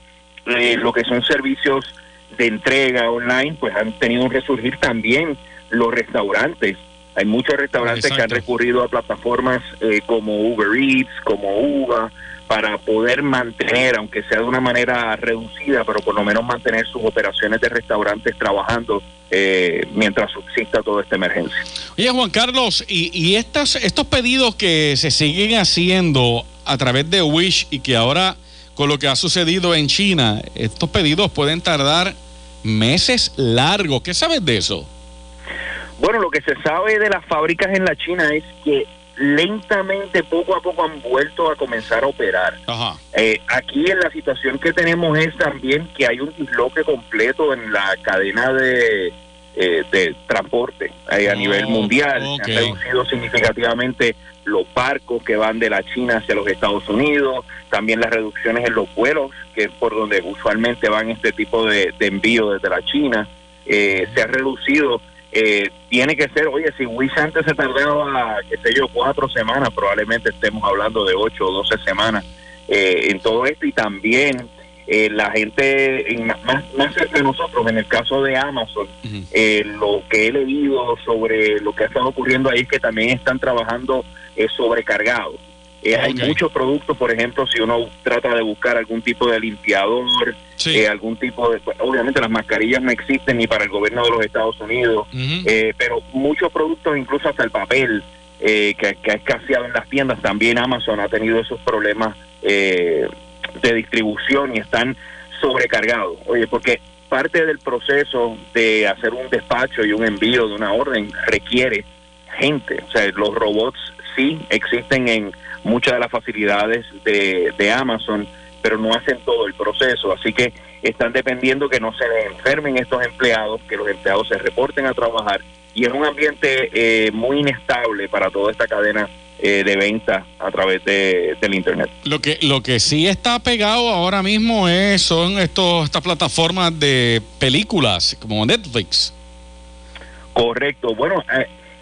lo que son servicios de entrega online pues han tenido un resurgir. También los restaurantes. Hay muchos restaurantes que han recurrido a plataformas como Uber Eats, como Uva, para poder mantener, aunque sea de una manera reducida, pero por lo menos mantener sus operaciones de restaurantes trabajando mientras subsista toda esta emergencia. Oye, Juan Carlos, y estos pedidos que se siguen haciendo a través de Wish y que ahora con lo que ha sucedido en China, estos pedidos pueden tardar meses largos. ¿Qué sabes de eso? Bueno, lo que se sabe de las fábricas en la China es que lentamente, poco a poco, han vuelto a comenzar a operar. Aquí en la situación que tenemos es también que hay un disloque completo en la cadena de transporte a nivel mundial. Se han reducido significativamente los barcos que van de la China hacia los Estados Unidos, también las reducciones en los vuelos, que es por donde usualmente van este tipo de envío desde la China. Se ha reducido. Tiene que ser, oye, si Wish antes se tardaba, 4 semanas, probablemente estemos hablando de 8 o 12 semanas en todo esto. Y también la gente más cerca de nosotros, en el caso de Amazon, lo que he leído sobre lo que ha estado ocurriendo ahí es que también están trabajando sobrecargados. Hay muchos productos, por ejemplo, si uno trata de buscar algún tipo de limpiador, algún tipo de... Obviamente las mascarillas no existen ni para el gobierno de los Estados Unidos, pero muchos productos, incluso hasta el papel, que ha escaseado en las tiendas, también Amazon ha tenido esos problemas de distribución y están sobrecargados. Oye, porque parte del proceso de hacer un despacho y un envío de una orden requiere gente. O sea, los robots sí existen en muchas de las facilidades de Amazon, pero no hacen todo el proceso, así que están dependiendo que no se enfermen estos empleados, que los empleados se reporten a trabajar, y es un ambiente muy inestable para toda esta cadena de venta a través del internet. Lo que sí está pegado ahora mismo son estas plataformas de películas como Netflix. Correcto. Bueno,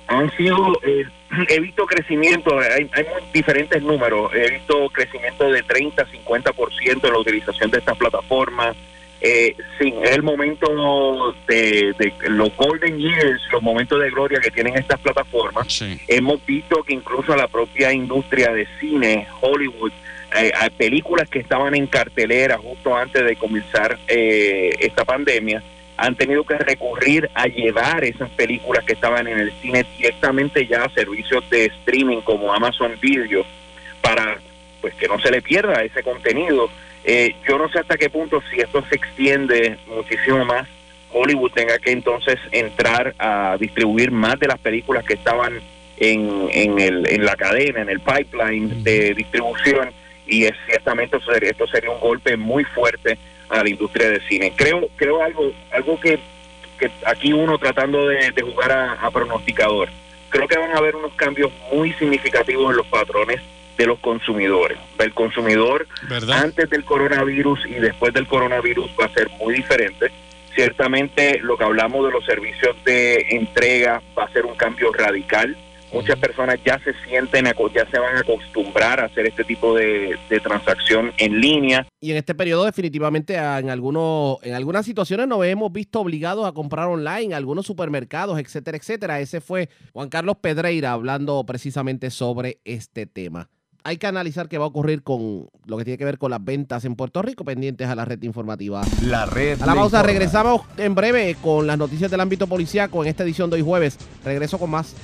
han sido, he visto crecimiento, hay diferentes números, he visto crecimiento de 30-50% en la utilización de estas plataformas. Sí, es el momento de los golden years, los momentos de gloria que tienen estas plataformas. Sí. Hemos visto que incluso la propia industria de cine, Hollywood, hay películas que estaban en cartelera justo antes de comenzar esta pandemia, han tenido que recurrir a llevar esas películas que estaban en el cine directamente ya a servicios de streaming como Amazon Video, para pues que no se le pierda ese contenido. Yo no sé hasta qué punto, si esto se extiende muchísimo más, Hollywood tenga que entonces entrar a distribuir más de las películas que estaban en la cadena, en el pipeline de distribución, y ciertamente esto sería un golpe muy fuerte a la industria de cine. Creo algo que aquí uno tratando de jugar a pronosticador, creo que van a haber unos cambios muy significativos en los patrones de los consumidores. El consumidor, ¿verdad?, antes del coronavirus y después del coronavirus va a ser muy diferente. Ciertamente lo que hablamos de los servicios de entrega va a ser un cambio radical. Muchas personas ya se van a acostumbrar a hacer este tipo de transacción en línea. Y en este periodo definitivamente en algunas situaciones nos hemos visto obligados a comprar online, algunos supermercados, etcétera, etcétera. Ese fue Juan Carlos Pedreira hablando precisamente sobre este tema. Hay que analizar qué va a ocurrir con lo que tiene que ver con las ventas en Puerto Rico, pendientes a la red informativa. La red. A la pausa, regresamos en breve con las noticias del ámbito policíaco en esta edición de hoy jueves. Regreso con más.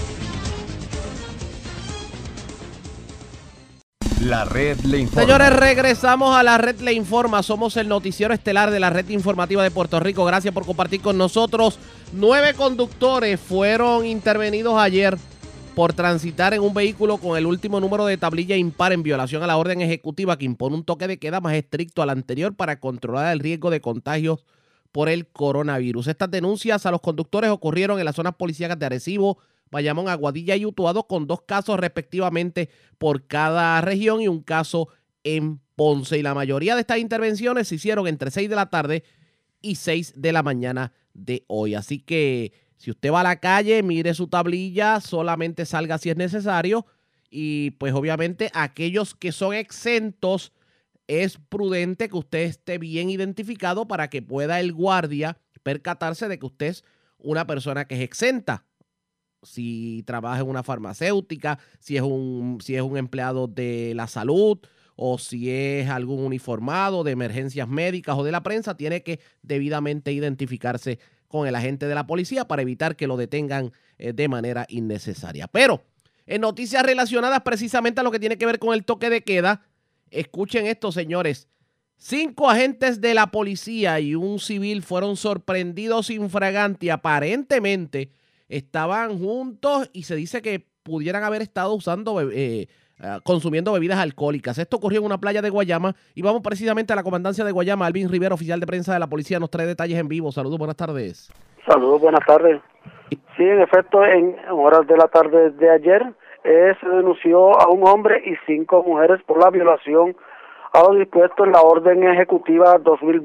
La red le informa. Señores, regresamos a la red le informa. Somos el noticiero estelar de la red informativa de Puerto Rico. Gracias por compartir con nosotros. 9 conductores fueron intervenidos ayer por transitar en un vehículo con el último número de tablilla impar en violación a la orden ejecutiva que impone un toque de queda más estricto al anterior para controlar el riesgo de contagios por el coronavirus. Estas denuncias a los conductores ocurrieron en las zonas policíacas de Arecibo, Bayamón, Aguadilla y Utuado, con 2 casos respectivamente por cada región y un caso en Ponce. Y la mayoría de estas intervenciones se hicieron entre 6 de la tarde y 6 de la mañana de hoy. Así que si usted va a la calle, mire su tablilla, solamente salga si es necesario. Y pues obviamente aquellos que son exentos, es prudente que usted esté bien identificado para que pueda el guardia percatarse de que usted es una persona que es exenta. Si trabaja en una farmacéutica, si es un empleado de la salud o si es algún uniformado de emergencias médicas o de la prensa, tiene que debidamente identificarse con el agente de la policía para evitar que lo detengan de manera innecesaria. Pero en noticias relacionadas precisamente a lo que tiene que ver con el toque de queda, escuchen esto, señores. 5 agentes de la policía y un civil fueron sorprendidos infraganti. Aparentemente estaban juntos y se dice que pudieran haber estado consumiendo bebidas alcohólicas. Esto ocurrió en una playa de Guayama y vamos precisamente a la comandancia de Guayama. Alvin Rivera, oficial de prensa de la policía, nos trae detalles en vivo. Saludos, buenas tardes. Saludos, buenas tardes. Sí, en efecto, en horas de la tarde de ayer se denunció a un hombre y 5 mujeres por la violación a lo dispuesto en la orden ejecutiva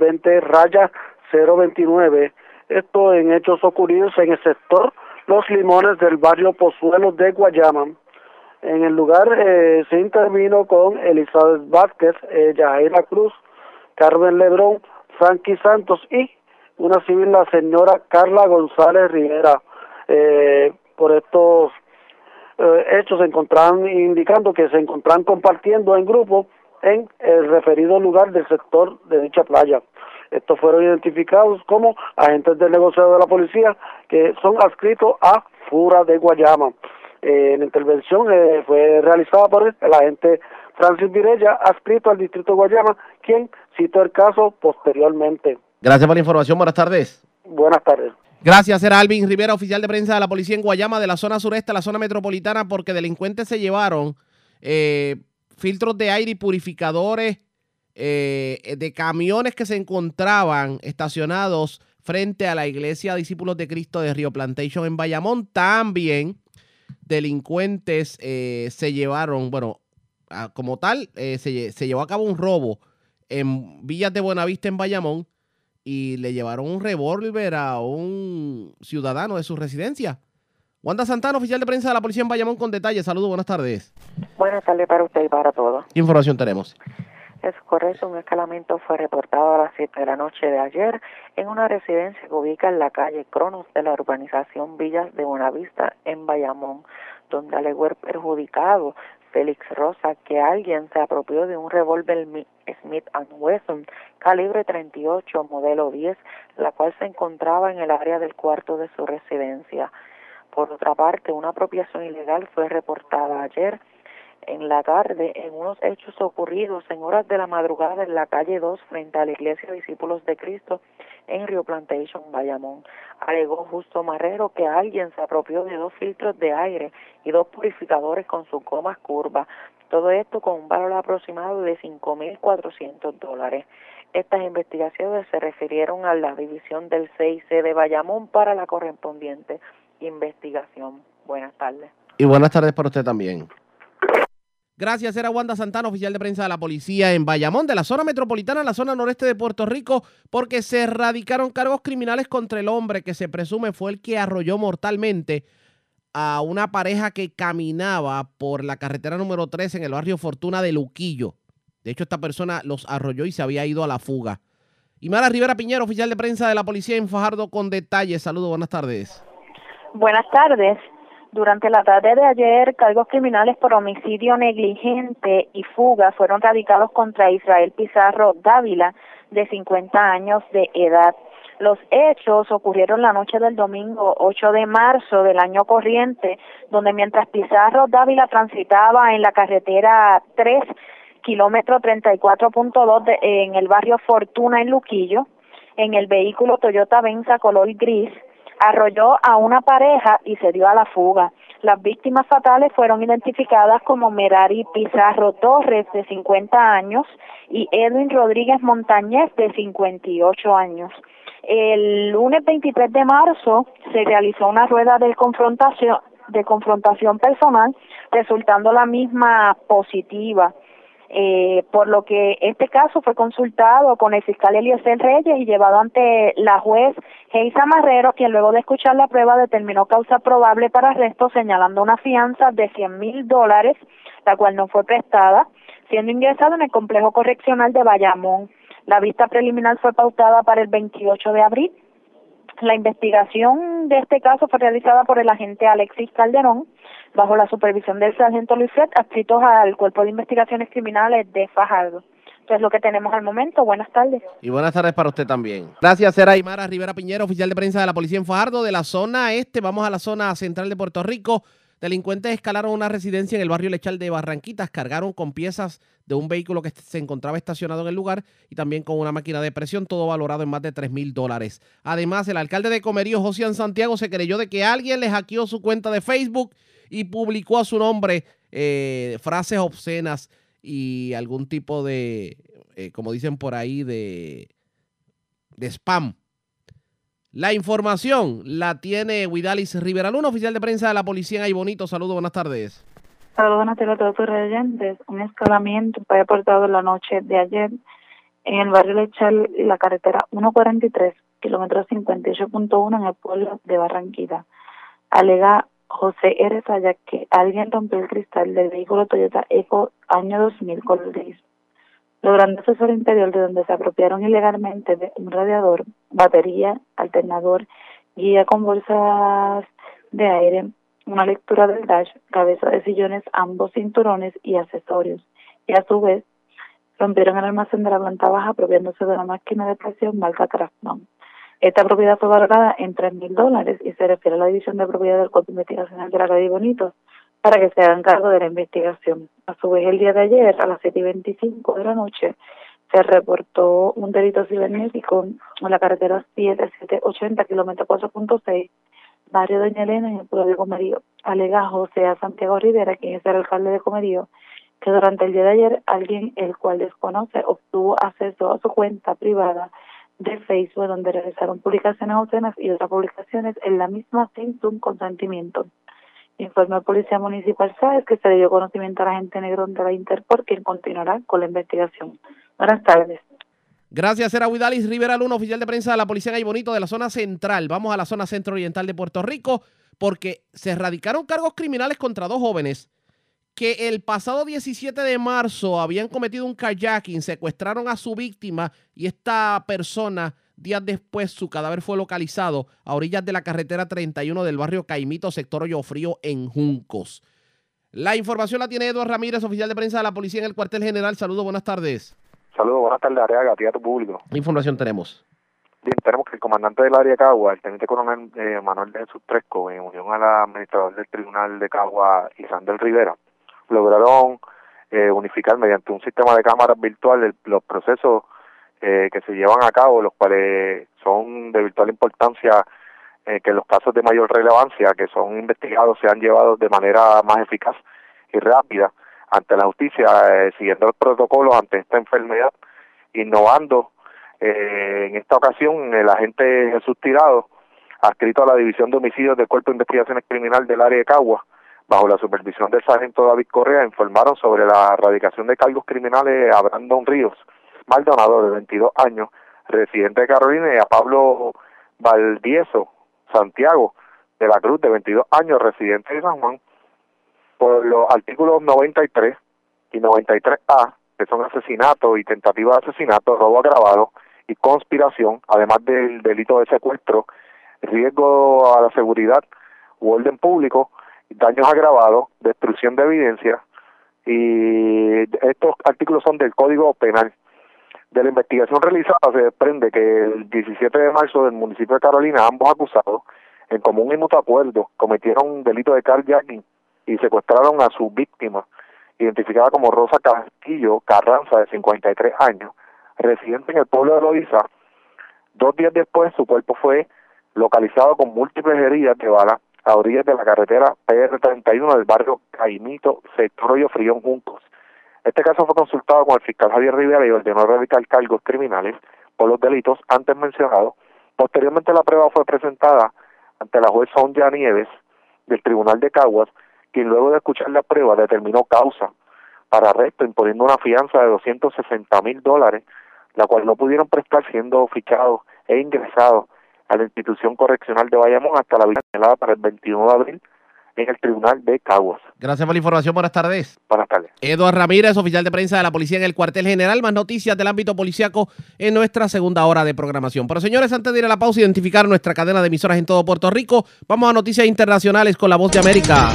2020-029. Esto en hechos ocurridos en el sector Los Limones del barrio Pozuelo de Guayama. En el lugar se intervino con Elizabeth Vázquez, Yajaira Cruz, Carmen Lebrón, Frankie Santos y una civil, la señora Carla González Rivera. Por estos hechos se encontraban indicando que se encontraban compartiendo en grupo en el referido lugar del sector de dicha playa. Estos fueron identificados como agentes del negociado de la policía que son adscritos a FURA de Guayama. La intervención fue realizada por el agente Francis Virella, adscrito al distrito de Guayama, quien citó el caso posteriormente. Gracias por la información, buenas tardes. Buenas tardes. Gracias, era Alvin Rivera, oficial de prensa de la policía en Guayama, de la zona sureste a la zona metropolitana, porque delincuentes se llevaron filtros de aire y purificadores de camiones que se encontraban estacionados frente a la iglesia Discípulos de Cristo de Rio Plantation en Bayamón. También delincuentes se llevaron, como tal, se llevó a cabo un robo en Villas de Buenavista en Bayamón y le llevaron un revólver a un ciudadano de su residencia. Wanda Santana, oficial de prensa de la policía en Bayamón, con detalles. Saludos, buenas tardes. Buenas tardes para usted y para todos. ¿Qué información tenemos? Es correcto, un escalamiento fue reportado a las 7 de la noche de ayer en una residencia que ubica en la calle Cronos de la urbanización Villas de Buenavista en Bayamón, donde alegó el perjudicado Félix Rosa que alguien se apropió de un revólver Smith & Wesson calibre 38 modelo 10, la cual se encontraba en el área del cuarto de su residencia. Por otra parte, una apropiación ilegal fue reportada ayer en la tarde en unos hechos ocurridos en horas de la madrugada en la calle 2 frente a la Iglesia Discípulos de Cristo en Rio Plantation, Bayamón. Alegó Justo Marrero que alguien se apropió de 2 filtros de aire y 2 purificadores con sus gomas curvas. Todo esto con un valor aproximado de $5,400. Estas investigaciones se refirieron a la división del CIC de Bayamón para la correspondiente investigación. Buenas tardes. Y buenas tardes para usted también. Gracias, era Wanda Santana, oficial de prensa de la policía en Bayamón, de la zona metropolitana a la zona noreste de Puerto Rico, porque se erradicaron cargos criminales contra el hombre que se presume fue el que arrolló mortalmente a una pareja que caminaba por la carretera número 3 en el barrio Fortuna de Luquillo. De hecho, esta persona los arrolló y se había ido a la fuga. Imara Rivera Piñero, oficial de prensa de la policía en Fajardo, con detalles. Saludos, buenas tardes. Buenas tardes. Durante la tarde de ayer, cargos criminales por homicidio negligente y fuga fueron radicados contra Israel Pizarro Dávila, de 50 años de edad. Los hechos ocurrieron la noche del domingo 8 de marzo del año corriente, donde mientras Pizarro Dávila transitaba en la carretera 3, kilómetro 34.2 en el barrio Fortuna en Luquillo, en el vehículo Toyota Venza color gris, arrolló a una pareja y se dio a la fuga. Las víctimas fatales fueron identificadas como Merari Pizarro Torres, de 50 años, y Edwin Rodríguez Montañez, de 58 años. El lunes 23 de marzo se realizó una rueda de confrontación personal, resultando la misma positiva. Por lo que este caso fue consultado con el fiscal Eliezer Reyes y llevado ante la juez Geisa Marrero, quien luego de escuchar la prueba determinó causa probable para arresto, señalando una fianza de $100,000, la cual no fue prestada, siendo ingresado en el complejo correccional de Bayamón. La vista preliminar fue pautada para el 28 de abril. La investigación de este caso fue realizada por el agente Alexis Calderón, bajo la supervisión del sargento Luis Fred, adscritos al Cuerpo de Investigaciones Criminales de Fajardo. Esto es lo que tenemos al momento. Buenas tardes. Y buenas tardes para usted también. Gracias, era Imara Rivera Piñero, oficial de prensa de la policía en Fajardo. De la zona este, vamos a la zona central de Puerto Rico. Delincuentes escalaron una residencia en el barrio Lechal de Barranquitas, cargaron con piezas de un vehículo que se encontraba estacionado en el lugar y también con una máquina de presión, todo valorado en más de $3,000. Además, el alcalde de Comerío, Josian Santiago, se creyó de que alguien le hackeó su cuenta de Facebook y publicó a su nombre frases obscenas y algún tipo de, como dicen por ahí, de spam. La información la tiene Huidalis Rivera Luna, oficial de prensa de la policía en Ay Bonito. Saludos, buenas tardes. Saludos, buenas tardes a todos tus oyentes. Un escalamiento fue reportado la noche de ayer en el barrio Lechal, la carretera 143, kilómetro 58.1 en el pueblo de Barranquita. Alega José R. Saya que alguien rompió el cristal del vehículo Toyota Eco año 2000 color gris, logrando acceso al interior, de donde se apropiaron ilegalmente de un radiador, batería, alternador, guía con bolsas de aire, una lectura del dash, cabeza de sillones, ambos cinturones y accesorios. Y a su vez, rompieron el almacén de la planta baja apropiándose de una máquina de presión marca Craftsman. Esta propiedad fue valorada en $3,000 y se refiere a la división de propiedad del Cuerpo Investigacional de la Calle Bonito para que se hagan cargo de la investigación. A su vez, el día de ayer, a las 7:25 de la noche, se reportó un delito cibernético en la carretera 7780, kilómetro 4.6, barrio Doña Elena, en el pueblo de Comerío. Alega José A. Santiago Rivera, quien es el alcalde de Comerío, que durante el día de ayer alguien, el cual desconoce, obtuvo acceso a su cuenta privada de Facebook, donde realizaron publicaciones obscenas y otras publicaciones en la misma sin su consentimiento. Informó el Policía Municipal Sáez que se le dio conocimiento a la agente Negrón de la Interpol, quien continuará con la investigación. Buenas tardes. Gracias, era Huidalis Rivera Luna, oficial de prensa de la policía en Ay Bonito, de la zona central. Vamos a la zona centro-oriental de Puerto Rico, porque se erradicaron cargos criminales contra 2 jóvenes que el pasado 17 de marzo habían cometido un kayaking, secuestraron a su víctima y esta persona, días después, su cadáver fue localizado a orillas de la carretera 31 del barrio Caimito, sector Hoyo Frío, en Juncos. La información la tiene Eduardo Ramírez, oficial de prensa de la policía en el cuartel general. Saludos, buenas tardes. Saludos, buenas tardes, Areaga, a ti, a tu público. ¿Qué información tenemos? Bien, tenemos que el comandante del área de Cagua, el teniente coronel Manuel de Jesús Tresco, en unión al administrador del tribunal de Cagua, Isandel Rivera, lograron unificar mediante un sistema de cámaras virtuales los procesos que se llevan a cabo, los cuales son de vital importancia, que los casos de mayor relevancia que son investigados sean llevados de manera más eficaz y rápida ante la justicia, siguiendo los protocolos ante esta enfermedad, innovando. En esta ocasión, el agente Jesús Tirado, adscrito a la División de Homicidios del Cuerpo de Investigaciones Criminal del área de Cagua, bajo la supervisión del sargento David Correa, informaron sobre la erradicación de cargos criminales a Brandon Ríos Maldonado, de 22 años, residente de Carolina, y a Pablo Valdieso Santiago de la Cruz, de 22 años, residente de San Juan, por los artículos 93 y 93A, que son asesinato y tentativa de asesinato, robo agravado y conspiración, además del delito de secuestro, riesgo a la seguridad u orden público, daños agravados, destrucción de evidencia, y estos artículos son del Código Penal. De la investigación realizada se desprende que el 17 de marzo del municipio de Carolina, ambos acusados, en común y mutuo acuerdo, cometieron un delito de carjacking y secuestraron a su víctima, identificada como Rosa Castillo Carranza, de 53 años, residente en el pueblo de Loíza. 2 días después, su cuerpo fue localizado con múltiples heridas de bala a orillas de la carretera PR31 del barrio Caimito, sector Hoyo Frío, en Juncos. Este caso fue consultado con el fiscal Javier Rivera y ordenó erradicar cargos criminales por los delitos antes mencionados. Posteriormente, la prueba fue presentada ante la juez Sonia Nieves del Tribunal de Caguas, quien luego de escuchar la prueba determinó causa para arresto, imponiendo una fianza de $260,000, la cual no pudieron prestar, siendo fichados e ingresados a la institución correccional de Bayamón hasta la vista para el 21 de abril en el Tribunal de Caguas. Gracias por la información. Buenas tardes. Buenas tardes. Eduardo Ramírez, oficial de prensa de la policía en el cuartel general. Más noticias del ámbito policíaco en nuestra segunda hora de programación. Pero señores, antes de ir a la pausa y identificar nuestra cadena de emisoras en todo Puerto Rico, vamos a noticias internacionales con La Voz de América.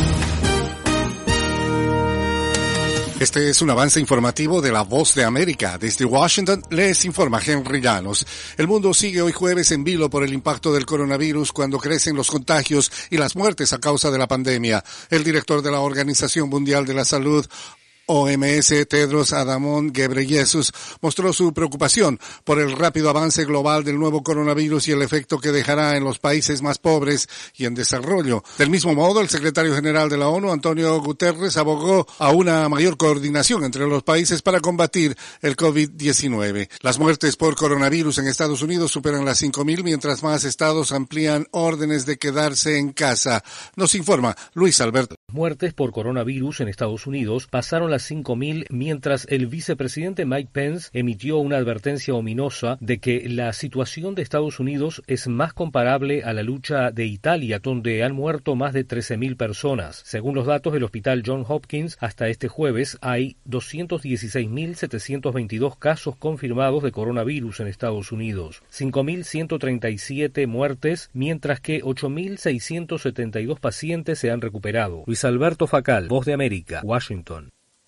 Este es un avance informativo de La Voz de América. Desde Washington les informa Henry Llanos. El mundo sigue hoy jueves en vilo por el impacto del coronavirus cuando crecen los contagios y las muertes a causa de la pandemia. El director de la Organización Mundial de la Salud, OMS, Tedros Adhanom Ghebreyesus, mostró su preocupación por el rápido avance global del nuevo coronavirus y el efecto que dejará en los países más pobres y en desarrollo. Del mismo modo, el secretario general de la ONU, Antonio Guterres, abogó a una mayor coordinación entre los países para combatir el COVID-19. Las muertes por coronavirus en Estados Unidos superan las 5,000, mientras más estados amplían órdenes de quedarse en casa. Nos informa Luis Alberto. Muertes por coronavirus en Estados Unidos pasaron las 5,000, mientras el vicepresidente Mike Pence emitió una advertencia ominosa de que la situación de Estados Unidos es más comparable a la lucha de Italia, donde han muerto más de 13,000 personas. Según los datos del Hospital Johns Hopkins, hasta este jueves hay 216,722 casos confirmados de coronavirus en Estados Unidos, 5,137 muertes, mientras que 8,672 pacientes se han recuperado. Luis Alberto Facal, Voz de América, Washington.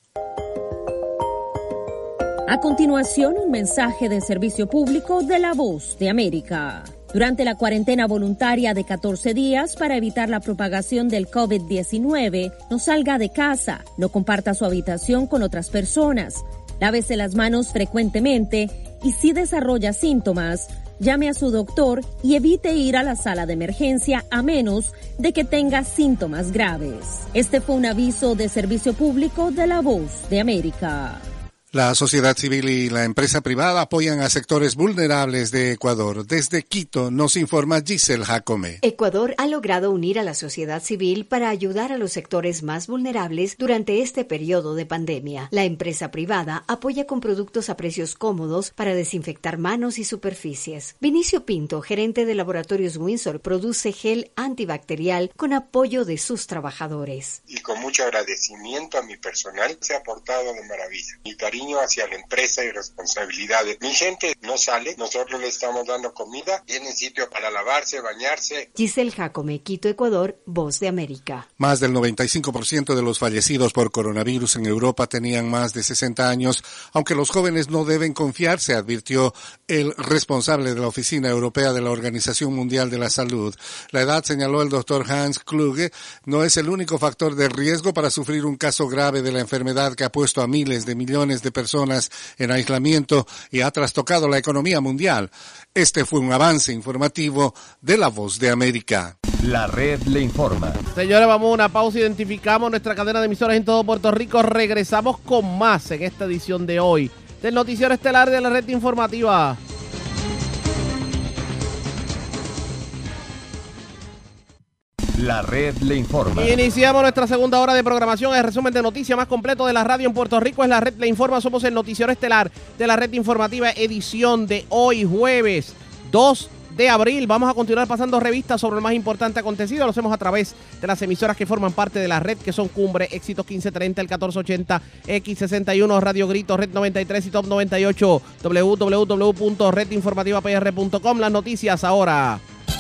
A continuación, un mensaje de servicio público de La Voz de América. Durante la cuarentena voluntaria de 14 días para evitar la propagación del COVID-19, no salga de casa, no comparta su habitación con otras personas, lávese las manos frecuentemente y si desarrolla síntomas, llame a su doctor y evite ir a la sala de emergencia a menos de que tenga síntomas graves. Este fue un aviso de servicio público de La Voz de América. La sociedad civil y la empresa privada apoyan a sectores vulnerables de Ecuador. Desde Quito nos informa Giselle Jacome. Ecuador ha logrado unir a la sociedad civil para ayudar a los sectores más vulnerables durante este periodo de pandemia. La empresa privada apoya con productos a precios cómodos para desinfectar manos y superficies. Vinicio Pinto, gerente de Laboratorios Windsor, produce gel antibacterial con apoyo de sus trabajadores. Y con mucho agradecimiento a mi personal se ha portado de maravilla. Mi cariño hacia la empresa y responsabilidades. Mi gente no sale, nosotros le estamos dando comida, tienen sitio para lavarse, bañarse. Giselle Jacome, Quito, Ecuador, Voz de América. Más del 95% de los fallecidos por coronavirus en Europa tenían más de 60 años, aunque los jóvenes no deben confiarse, advirtió el responsable de la Oficina Europea de la Organización Mundial de la Salud. La edad, señaló el doctor Hans Kluge, no es el único factor de riesgo para sufrir un caso grave de la enfermedad que ha puesto a miles de millones de personas en aislamiento y ha trastocado la economía mundial. Este fue un avance informativo de La Voz de América. La red le informa. Señores, vamos a una pausa. Identificamos nuestra cadena de emisoras en todo Puerto Rico. Regresamos con más en esta edición de hoy del noticiero estelar de la red informativa. La red le informa. Iniciamos nuestra segunda hora de programación. El resumen de noticias más completo de la radio en Puerto Rico es La Red le informa. Somos el noticiero estelar de la red informativa, edición de hoy, jueves 2 de abril. Vamos a continuar pasando revistas sobre lo más importante acontecido. Lo hacemos a través de las emisoras que forman parte de la red, que son Cumbre, Éxitos 1530, el 1480, X61, Radio Grito, Red 93 y Top 98, www.redinformativapr.com. Las noticias ahora.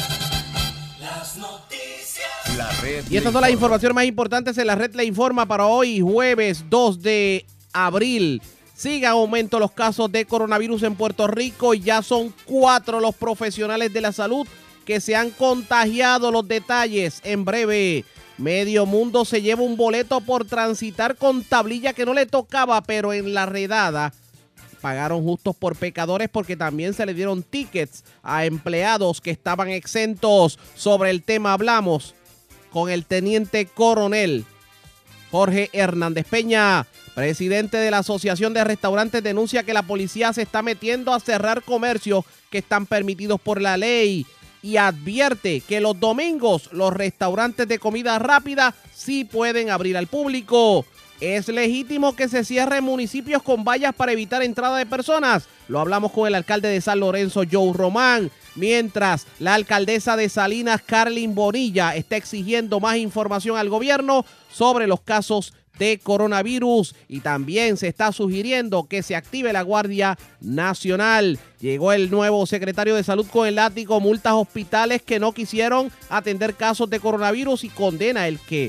Y estas son las informaciones más importantes en La Red le informa para hoy, jueves 2 de abril. Sigue aumento los casos de coronavirus en Puerto Rico y ya son 4 los profesionales de la salud que se han contagiado. Los detalles en breve. Medio mundo se lleva un boleto por transitar con tablilla que no le tocaba, pero en la redada pagaron justos por pecadores porque también se le dieron tickets a empleados que estaban exentos. Sobre el tema hablamos con el teniente coronel Jorge Hernández Peña, presidente de la Asociación de Restaurantes, denuncia que la policía se está metiendo a cerrar comercios que están permitidos por la ley y advierte que los domingos los restaurantes de comida rápida sí pueden abrir al público. ¿Es legítimo que se cierren municipios con vallas para evitar entrada de personas? Lo hablamos con el alcalde de San Lorenzo, Joe Román. Mientras, la alcaldesa de Salinas, Carlin Bonilla, está exigiendo más información al gobierno sobre los casos de coronavirus y también se está sugiriendo que se active la Guardia Nacional. Llegó el nuevo secretario de Salud con el látigo, multas a hospitales que no quisieron atender casos de coronavirus y condena el que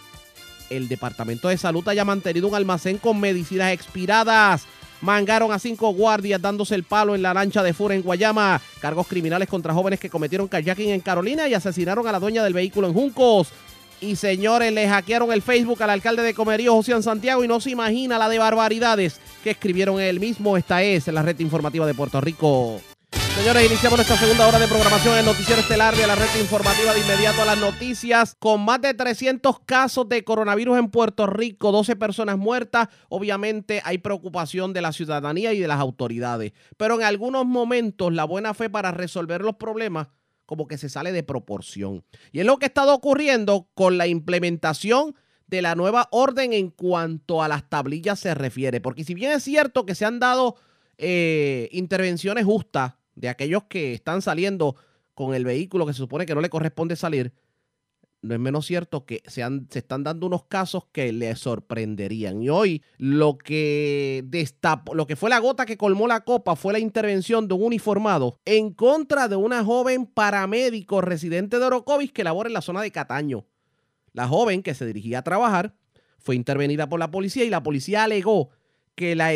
el Departamento de Salud haya mantenido un almacén con medicinas expiradas. Mangaron a 5 guardias dándose el palo en la lancha de Fura en Guayama. Cargos criminales contra jóvenes que cometieron kayaking en Carolina y asesinaron a la dueña del vehículo en Juncos. Y señores, le hackearon el Facebook al alcalde de Comerío, José Santiago, y no se imagina la de barbaridades que escribieron él mismo. Esta es la red informativa de Puerto Rico. Señores, iniciamos nuestra segunda hora de programación en el noticiero estelar de la red informativa. De inmediato a las noticias. Con más de 300 casos de coronavirus en Puerto Rico, 12 personas muertas, obviamente hay preocupación de la ciudadanía y de las autoridades. Pero en algunos momentos la buena fe para resolver los problemas como que se sale de proporción. Y es lo que ha estado ocurriendo con la implementación de la nueva orden en cuanto a las tablillas se refiere. Porque si bien es cierto que se han dado intervenciones justas de aquellos que están saliendo con el vehículo que se supone que no le corresponde salir, no es menos cierto que se están dando unos casos que le sorprenderían. Y hoy lo que fue la gota que colmó la copa fue la intervención de un uniformado en contra de una joven paramédico residente de Orocovis que labora en la zona de Cataño. La joven, que se dirigía a trabajar, fue intervenida por la policía y la policía alegó que la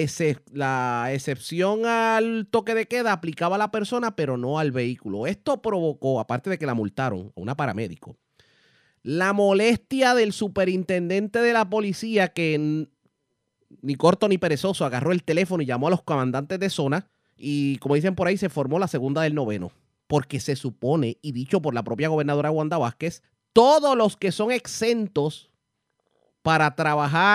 excepción al toque de queda aplicaba a la persona, pero no al vehículo. Esto provocó, aparte de que la multaron, a una paramédico, la molestia del superintendente de la policía, que ni corto ni perezoso agarró el teléfono y llamó a los comandantes de zona y, como dicen por ahí, se formó la segunda del noveno. Porque se supone, y dicho por la propia gobernadora Wanda Vázquez, todos los que son exentos para trabajar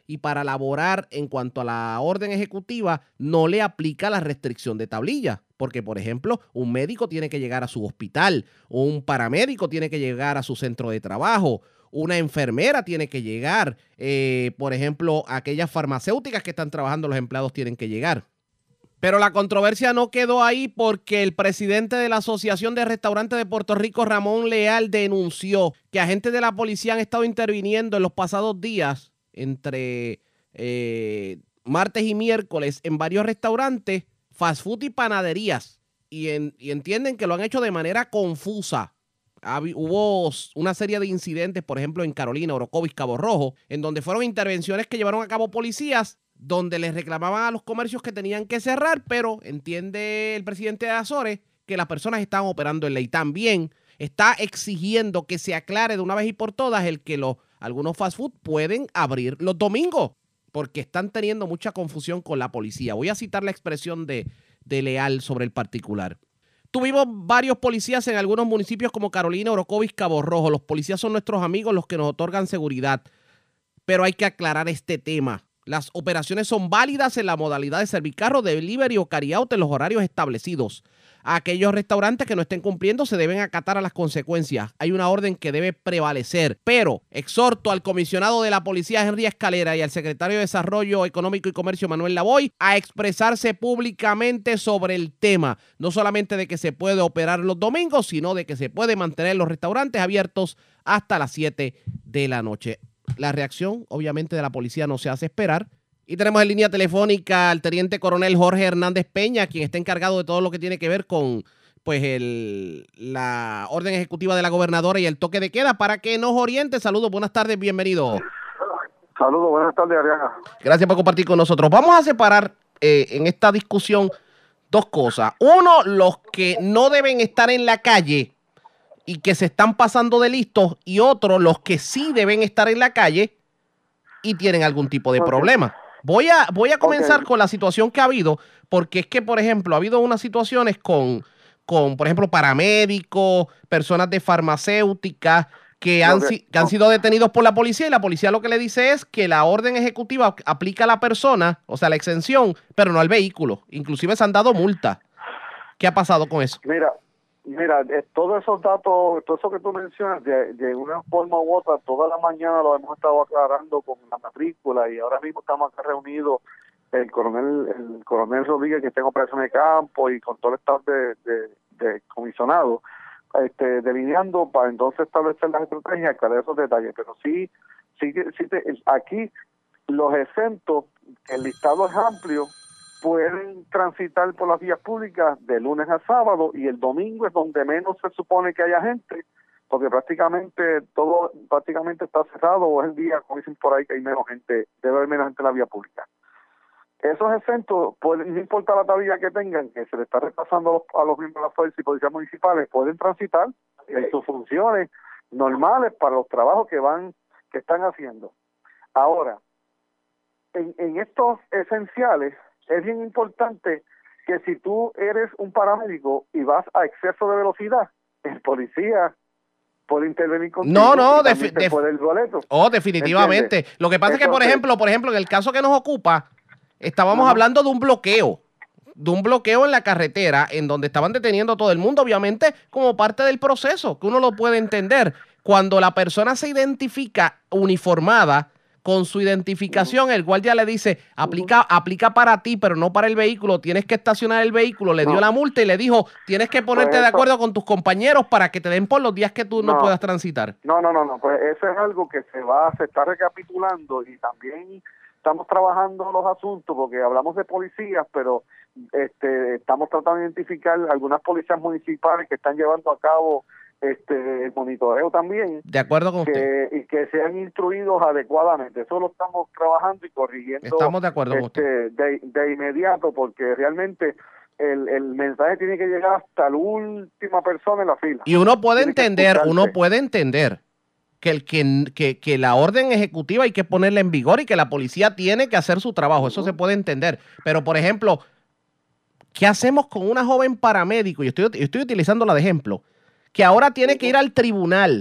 y para laborar en cuanto a la orden ejecutiva no le aplica la restricción de tablilla. Porque, por ejemplo, un médico tiene que llegar a su hospital, un paramédico tiene que llegar a su centro de trabajo, una enfermera tiene que llegar, por ejemplo, aquellas farmacéuticas que están trabajando, los empleados tienen que llegar. Pero la controversia no quedó ahí porque el presidente de la Asociación de Restaurantes de Puerto Rico, Ramón Leal, denunció que agentes de la policía han estado interviniendo en los pasados días entre martes y miércoles en varios restaurantes, fast food y panaderías, y entienden que lo han hecho de manera confusa. Hubo una serie de incidentes, por ejemplo, en Carolina, Orocovis, Cabo Rojo, en donde fueron intervenciones que llevaron a cabo policías, donde les reclamaban a los comercios que tenían que cerrar, pero entiende el presidente de Azores que las personas están operando en ley. También está exigiendo que se aclare de una vez y por todas el que algunos fast food pueden abrir los domingos, porque están teniendo mucha confusión con la policía. Voy a citar la expresión de Leal sobre el particular. Tuvimos varios policías en algunos municipios como Carolina, Orocovis, Cabo Rojo. Los policías son nuestros amigos, los que nos otorgan seguridad. Pero hay que aclarar este tema. Las operaciones son válidas en la modalidad de servicarro, delivery o carry-out en los horarios establecidos. A aquellos restaurantes que no estén cumpliendo se deben acatar a las consecuencias. Hay una orden que debe prevalecer. Pero exhorto al comisionado de la policía, Henry Escalera, y al secretario de Desarrollo Económico y Comercio, Manuel Lavoy, a expresarse públicamente sobre el tema. No solamente de que se puede operar los domingos, sino de que se puede mantener los restaurantes abiertos hasta las 7 de la noche. La reacción, obviamente, de la policía no se hace esperar. Y tenemos en línea telefónica al teniente coronel Jorge Hernández Peña, quien está encargado de todo lo que tiene que ver con la orden ejecutiva de la gobernadora y el toque de queda, para que nos oriente. Saludos, buenas tardes, bienvenido. Saludos, buenas tardes, Ariana. Gracias por compartir con nosotros. Vamos a separar en esta discusión dos cosas. Uno, los que no deben estar en la calle y que se están pasando de listos, y otro, los que sí deben estar en la calle y tienen algún tipo de problema. Voy a comenzar con la situación que ha habido, porque es que, por ejemplo, ha habido unas situaciones con por ejemplo, paramédicos, personas de farmacéuticas que han sido detenidos por la policía, y la policía lo que le dice es que la orden ejecutiva aplica a la persona, o sea, la exención, pero no al vehículo. Inclusive se han dado multas. ¿Qué ha pasado con eso? Mira, todos esos datos, todo eso que tú mencionas, de una forma u otra, toda la mañana lo hemos estado aclarando con la matrícula, y ahora mismo estamos acá reunidos el coronel Rodríguez, que está en operación de campo, y con todo el staff de comisionado, delineando para entonces establecer las estrategias y aclarar esos detalles. Pero aquí los exentos, el listado es amplio, pueden transitar por las vías públicas de lunes a sábado, y el domingo es donde menos se supone que haya gente, porque prácticamente todo está cerrado, o es el día, como dicen por ahí, que hay menos gente, debe haber menos gente en la vía pública. Esos exentos, no importa la tablilla que tengan, que se le está repasando a los miembros de la fuerza y policías municipales, pueden transitar en sus funciones normales para los trabajos que están haciendo. Ahora, en estos esenciales, es bien importante que si tú eres un paramédico y vas a exceso de velocidad, el policía puede intervenir contigo. Puede el boleto. Definitivamente. ¿Entiendes? Lo que pasa es que, por ejemplo, en el caso que nos ocupa, estábamos hablando de un bloqueo en la carretera, en donde estaban deteniendo a todo el mundo, obviamente, como parte del proceso, que uno lo puede entender. Cuando la persona se identifica uniformada, con su identificación, el guardia le dice, aplica para ti, pero no para el vehículo, tienes que estacionar el vehículo, le dio la multa y le dijo, tienes que ponerte de acuerdo con tus compañeros para que te den por los días que tú no puedas transitar. No, pues eso es algo que se está recapitulando, y también estamos trabajando los asuntos, porque hablamos de policías, pero estamos tratando de identificar algunas policías municipales que están llevando a cabo el monitoreo también. De acuerdo con usted. Y que sean instruidos adecuadamente. Eso lo estamos trabajando y corrigiendo. Estamos de acuerdo con usted. De inmediato, porque realmente el mensaje tiene que llegar hasta la última persona en la fila. Y uno puede entender que la orden ejecutiva hay que ponerla en vigor y que la policía tiene que hacer su trabajo. Eso se puede entender. Pero, por ejemplo, ¿qué hacemos con una joven paramédico? Y estoy utilizándola de ejemplo, que ahora tiene que ir al tribunal,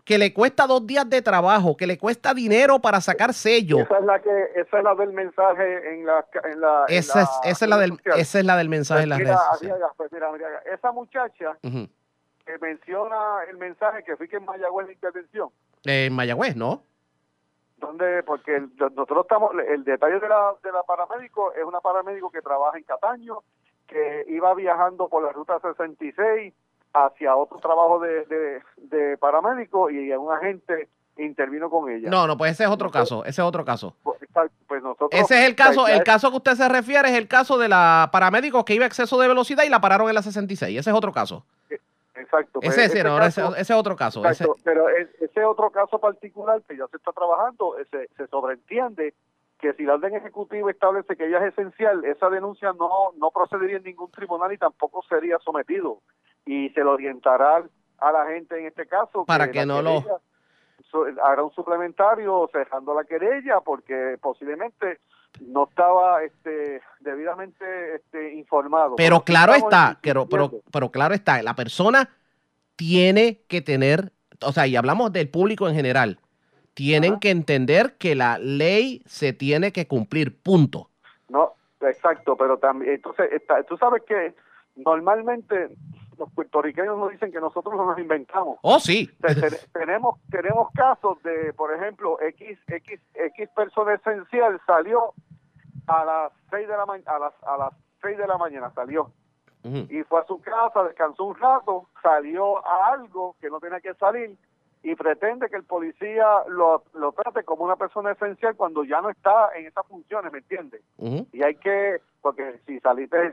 que le cuesta 2 días de trabajo, que le cuesta dinero para sacar sello. Esa es la del mensaje en la Esa es la del mensaje en las redes sociales. Mira, esa muchacha que menciona el mensaje que fui que en Mayagüez de intervención. En Mayagüez, ¿no? Donde, porque nosotros estamos, el detalle de la paramédico es una paramédico que trabaja en Cataño, que iba viajando por la ruta 66 hacia otro trabajo de paramédico y un agente intervino con ella. No, pues ese es otro caso, Pues nosotros, ese es el caso que usted se refiere es el caso de la paramédico que iba a exceso de velocidad y la pararon en la 66, ese es otro caso. Exacto. Ese es otro caso. Exacto, pero ese otro caso particular que ya se está trabajando, se sobreentiende que si la orden ejecutiva establece que ella es esencial, esa denuncia no procedería en ningún tribunal y tampoco sería sometido. Y se lo orientará a la gente en este caso. Para que no lo... Hará un suplementario cejando la querella porque posiblemente no estaba debidamente informado. Pero claro está, pero claro está, la persona tiene que tener, o sea, y hablamos del público en general, tienen que entender que la ley se tiene que cumplir, punto. No, exacto, pero también, entonces, tú sabes que normalmente los puertorriqueños nos dicen que nosotros nos inventamos. Oh, sí. Tenemos casos de, por ejemplo, X persona esencial salió a las 6 de la mañana, a las 6 de la mañana salió. Y fue a su casa, descansó un rato, salió a algo que no tenía que salir y pretende que el policía lo trate como una persona esencial cuando ya no está en esas funciones, ¿me entiendes? Y hay que, porque si saliste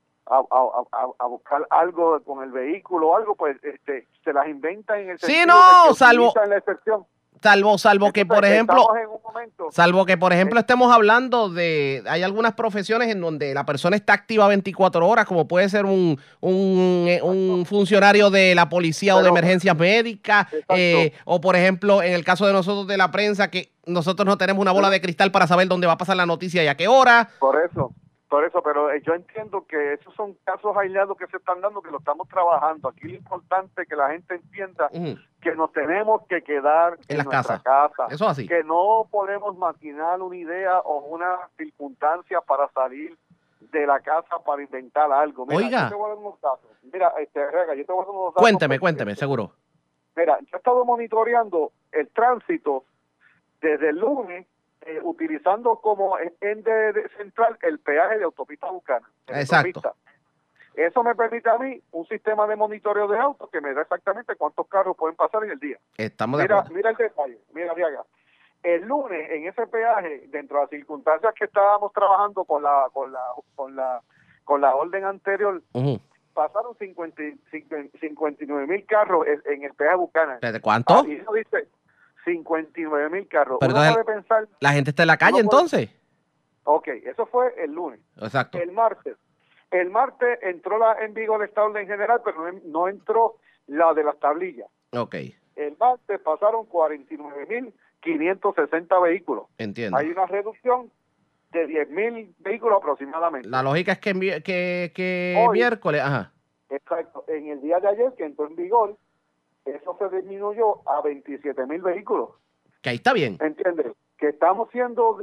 a buscar algo con el vehículo o algo, pues se las inventan en el sentido de que utilizan la excepción. Salvo que por ejemplo estemos hablando de, hay algunas profesiones en donde la persona está activa 24 horas, como puede ser un funcionario de la policía o de emergencias médicas, o por ejemplo en el caso de nosotros de la prensa, que nosotros no tenemos una bola de cristal para saber dónde va a pasar la noticia y a qué hora. Por eso, pero yo entiendo que esos son casos aislados que se están dando, que lo estamos trabajando. Aquí lo importante es que la gente entienda que nos tenemos que quedar en nuestra casa. Eso así. Que no podemos maquinar una idea o una circunstancia para salir de la casa para inventar algo. Mira, Oiga. Yo te voy a dar unos datos. Mira, Rega, yo te voy a dar unos datos. Cuénteme, seguro. Mira, yo he estado monitoreando el tránsito desde el lunes, utilizando como ende central el peaje de autopista Bucana. Exacto. Eso me permite a mí un sistema de monitoreo de autos que me da exactamente cuántos carros pueden pasar en el día. Estamos de acuerdo. Mira el detalle, mira, Diaga. El lunes en ese peaje, dentro de las circunstancias que estábamos trabajando con la orden anterior, pasaron 59,000 carros en el peaje Bucana. ¿De cuánto? Y eso dice 59,000 carros. Pero uno puede pensar, la gente está en la calle entonces. Ok, eso fue el lunes. Exacto. El martes entró en vigor esta orden general, pero no entró la de las tablillas. Ok. El martes pasaron 49,560 vehículos. Entiendo. Hay una reducción de 10,000 vehículos aproximadamente. La lógica es que hoy, miércoles, Exacto. En el día de ayer que entró en vigor, eso se disminuyó a 27,000 vehículos. Que ahí está bien. ¿Entiendes? Que estamos siendo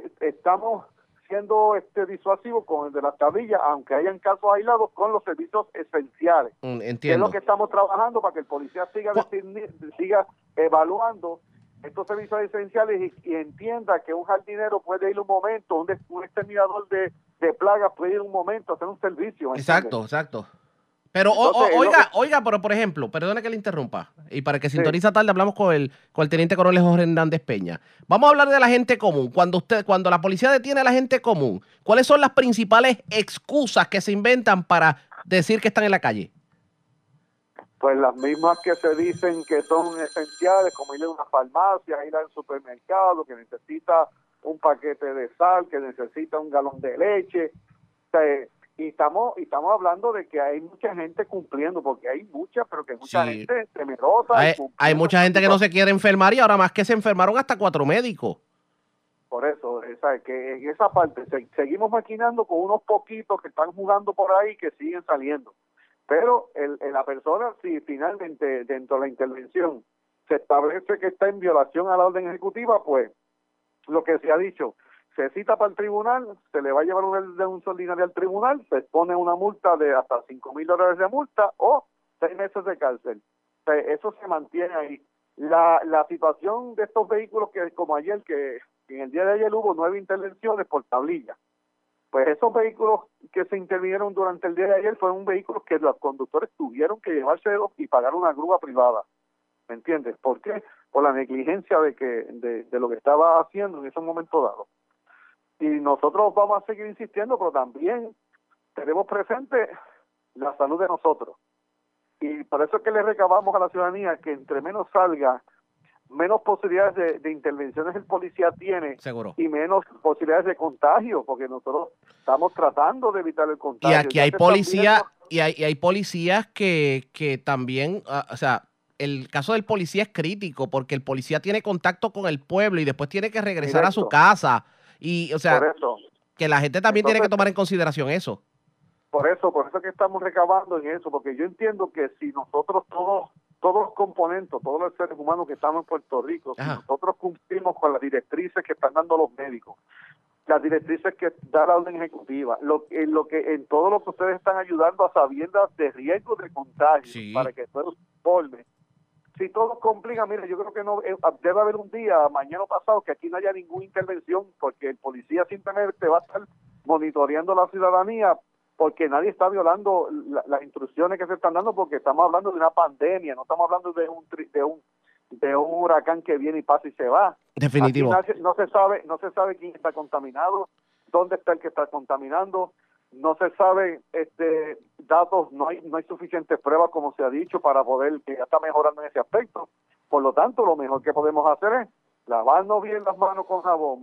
disuasivos con el de las tablillas, aunque hayan casos aislados con los servicios esenciales. Entiendo. Que es lo que estamos trabajando para que el policía siga evaluando estos servicios esenciales y entienda que un jardinero puede ir un momento, un exterminador de plagas puede ir un momento a hacer un servicio. Exacto. Pero, oiga, pero por ejemplo, perdone que le interrumpa, y para que sintoniza tarde hablamos con el teniente coronel Jorge Hernández Peña. Vamos a hablar de la gente común. Cuando la policía detiene a la gente común, ¿cuáles son las principales excusas que se inventan para decir que están en la calle? Pues las mismas que se dicen que son esenciales, como ir a una farmacia, ir al supermercado, que necesita un paquete de sal, que necesita un galón de leche. Y estamos hablando de que hay mucha gente cumpliendo, porque hay mucha, pero que mucha gente temerosa. Hay mucha gente que no se quiere enfermar y ahora más que se enfermaron hasta 4 médicos. Por eso, que en esa parte seguimos maquinando con unos poquitos que están jugando por ahí que siguen saliendo. Pero la persona, si finalmente dentro de la intervención se establece que está en violación a la orden ejecutiva, pues lo que se ha dicho, se cita para el tribunal, se le va a llevar una denuncia ordinaria al tribunal, se pone una multa de hasta $5,000 de multa o 6 meses de cárcel. O sea, eso se mantiene ahí. La situación de estos vehículos que como ayer, que en el día de ayer hubo 9 intervenciones por tablilla, pues esos vehículos que se intervinieron durante el día de ayer fueron vehículos que los conductores tuvieron que llevarse y pagar una grúa privada. ¿Me entiendes? ¿Por qué? Por la negligencia de lo que estaba haciendo en ese momento dado. Y nosotros vamos a seguir insistiendo, pero también tenemos presente la salud de nosotros. Y por eso es que le recabamos a la ciudadanía que entre menos salga, menos posibilidades de intervenciones el policía tiene. Seguro. Y menos posibilidades de contagio, porque nosotros estamos tratando de evitar el contagio. Y aquí hay policías, y hay policías que también, o sea, el caso del policía es crítico, porque el policía tiene contacto con el pueblo y después tiene que regresar a su casa. Y, o sea, que la gente también tiene que tomar en consideración eso. Por eso que estamos recabando en eso, porque yo entiendo que si nosotros todos los componentes, todos los seres humanos que estamos en Puerto Rico, si nosotros cumplimos con las directrices que están dando los médicos, las directrices que da la orden ejecutiva, en todo lo que ustedes están ayudando a sabiendas de riesgo de contagio, para que todo se informe. Si todo complica, mire, yo creo que no debe haber un día, mañana o pasado, que aquí no haya ninguna intervención, porque el policía simplemente va a estar monitoreando a la ciudadanía, porque nadie está violando las instrucciones que se están dando, porque estamos hablando de una pandemia, no estamos hablando de un huracán que viene y pasa y se va. Definitivo. Aquí no se sabe quién está contaminado, dónde está el que está contaminando, no se sabe datos, no hay suficientes pruebas, como se ha dicho, para poder, que ya está mejorando en ese aspecto. Por lo tanto, lo mejor que podemos hacer es lavarnos bien las manos con jabón,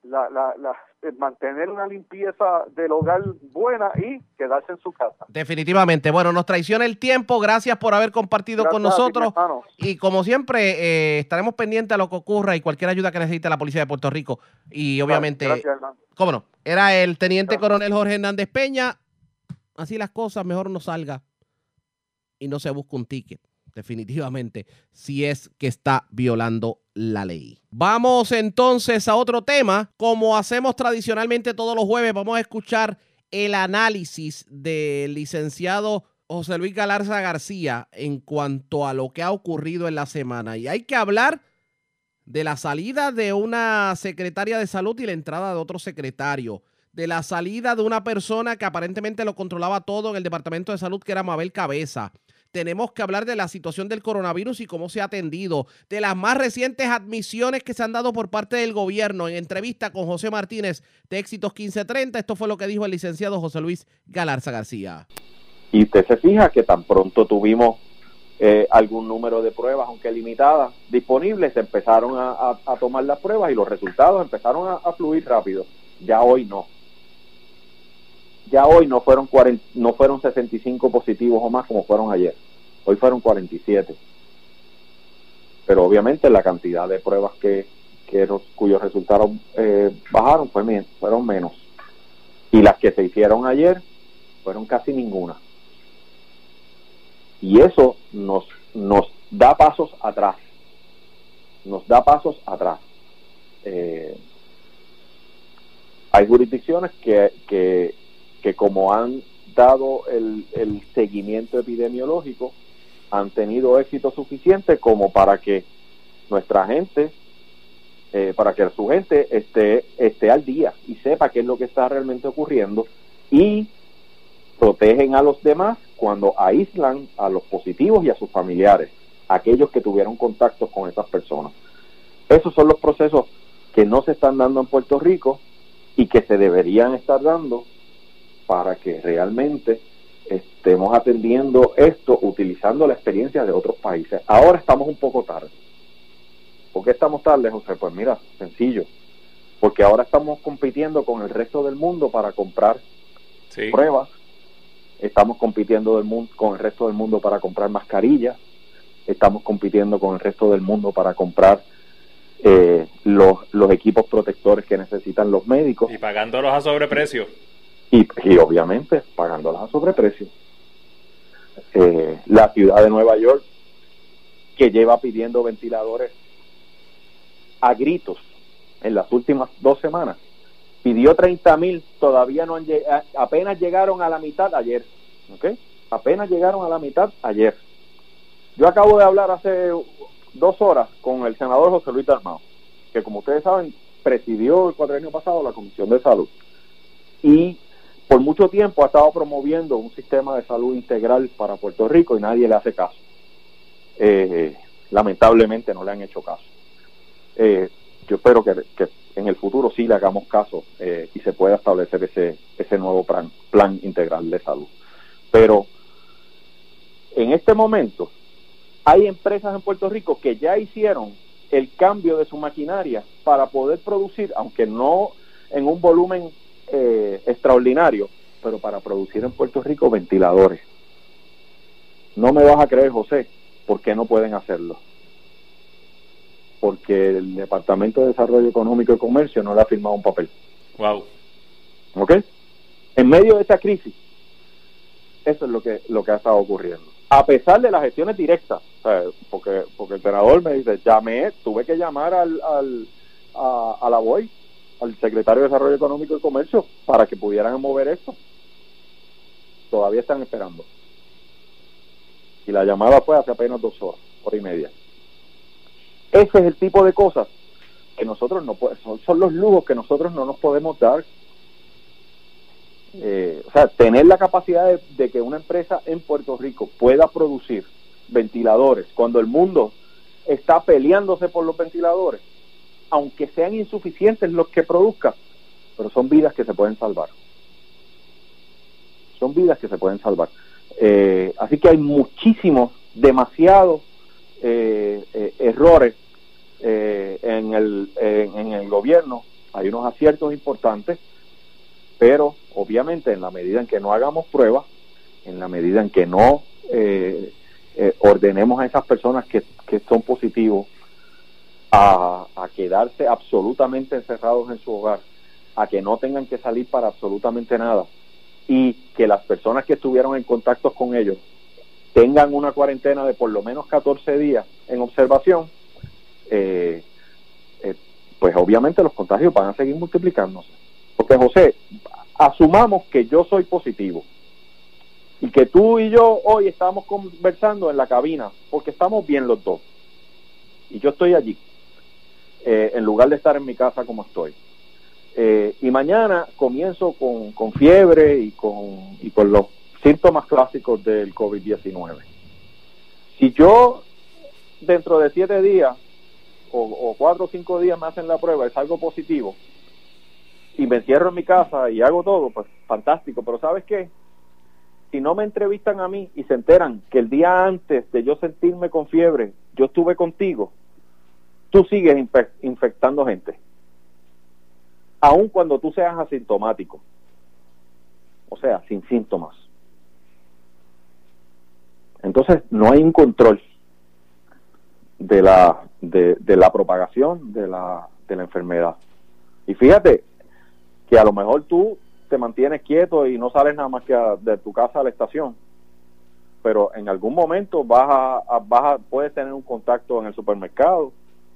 mantener una limpieza del hogar buena y quedarse en su casa. Definitivamente. Bueno, nos traiciona el tiempo. Gracias por haber compartido con nosotros. Y como siempre, estaremos pendientes a lo que ocurra y cualquier ayuda que necesite la Policía de Puerto Rico. Y obviamente, cómo no, era el Teniente Coronel Jorge Hernández Peña. Así las cosas, mejor no salga y no se busque un ticket. Definitivamente, si es que está violando la ley. Vamos entonces a otro tema. Como hacemos tradicionalmente todos los jueves, vamos a escuchar el análisis del licenciado José Luis Galarza García en cuanto a lo que ha ocurrido en la semana. Y hay que hablar de la salida de una secretaria de salud y la entrada de otro secretario. De la salida de una persona que aparentemente lo controlaba todo en el Departamento de Salud, que era Mabel Cabeza. Tenemos que hablar de la situación del coronavirus y cómo se ha atendido, de las más recientes admisiones que se han dado por parte del gobierno. En entrevista con José Martínez de Éxitos 1530, esto fue lo que dijo el licenciado José Luis Galarza García. Y usted se fija que tan pronto tuvimos algún número de pruebas, aunque limitadas, disponibles, se empezaron a tomar las pruebas y los resultados empezaron a fluir rápido. Ya hoy no. Ya hoy no fueron 65 positivos o más como fueron ayer. Hoy fueron 47. Pero obviamente la cantidad de pruebas cuyos resultados bajaron fueron menos. Y las que se hicieron ayer fueron casi ninguna. Y eso nos da pasos atrás. Hay jurisdicciones que como han dado el seguimiento epidemiológico, han tenido éxito suficiente como para que nuestra gente, para que su gente esté al día y sepa qué es lo que está realmente ocurriendo, y protegen a los demás cuando aíslan a los positivos y a sus familiares, aquellos que tuvieron contactos con esas personas. Esos son los procesos que no se están dando en Puerto Rico y que se deberían estar dando para que realmente estemos atendiendo esto utilizando la experiencia de otros países. Ahora estamos un poco tarde. ¿Por qué estamos tarde, José? Pues mira, sencillo. Porque ahora estamos compitiendo con el resto del mundo para comprar pruebas. Estamos compitiendo con el resto del mundo para comprar mascarillas. Estamos compitiendo con el resto del mundo para comprar los equipos protectores que necesitan los médicos. Y pagándolos a sobreprecio. Y obviamente pagándolas a sobreprecio. La ciudad de Nueva York, que lleva pidiendo ventiladores a gritos en las últimas 2 semanas. Pidió 30,000, todavía no han llegado, apenas llegaron a la mitad ayer, ¿ok? Apenas llegaron a la mitad ayer. Yo acabo de hablar hace 2 horas con el senador José Luis Dalmau, que como ustedes saben, presidió el cuatrienio pasado la Comisión de Salud. Y por mucho tiempo ha estado promoviendo un sistema de salud integral para Puerto Rico y nadie le hace caso. Lamentablemente no le han hecho caso. Yo espero que en el futuro sí le hagamos caso y se pueda establecer ese nuevo plan integral de salud. Pero en este momento hay empresas en Puerto Rico que ya hicieron el cambio de su maquinaria para poder producir, aunque no en un volumen extraordinario, pero para producir en Puerto Rico ventiladores. No me vas a creer, José, ¿por qué no pueden hacerlo? Porque el Departamento de Desarrollo Económico y Comercio no le ha firmado un papel. Wow. ¿Ok? En medio de esta crisis, eso es lo que ha estado ocurriendo. A pesar de las gestiones directas, porque el senador me dice, tuve que llamar a la BOE, al secretario de Desarrollo Económico y Comercio, para que pudieran mover esto. Todavía están esperando. Y la llamada fue hace apenas 2 horas, 1:30. Ese es el tipo de cosas que nosotros no podemos, son los lujos que nosotros no nos podemos dar. O sea, tener la capacidad de que una empresa en Puerto Rico pueda producir ventiladores cuando el mundo está peleándose por los ventiladores, aunque sean insuficientes los que produzcan, pero son vidas que se pueden salvar. Son vidas que se pueden salvar. Así que hay muchísimos, demasiados errores en el gobierno. Hay unos aciertos importantes, pero obviamente en la medida en que no hagamos pruebas, en la medida en que no ordenemos a esas personas que son positivos a quedarse absolutamente encerrados en su hogar, a que no tengan que salir para absolutamente nada, y que las personas que estuvieron en contacto con ellos tengan una cuarentena de por lo menos 14 días en observación, pues obviamente los contagios van a seguir multiplicándose. Porque, José, asumamos que yo soy positivo y que tú y yo hoy estamos conversando en la cabina porque estamos bien los dos y yo estoy allí en lugar de estar en mi casa como estoy, y mañana comienzo con fiebre y con los síntomas clásicos del COVID-19. Si yo dentro de 7 días o 4 o 5 días me hacen la prueba y salgo positivo y me encierro en mi casa y hago todo, pues fantástico. Pero ¿sabes qué? Si no me entrevistan a mí y se enteran que el día antes de yo sentirme con fiebre yo estuve contigo, tú sigues infectando gente, aun cuando tú seas asintomático, o sea, sin síntomas. Entonces no hay un control de la propagación de la enfermedad. Y fíjate que a lo mejor tú te mantienes quieto y no sales nada más que de tu casa a la estación, pero en algún momento puedes tener un contacto en el supermercado,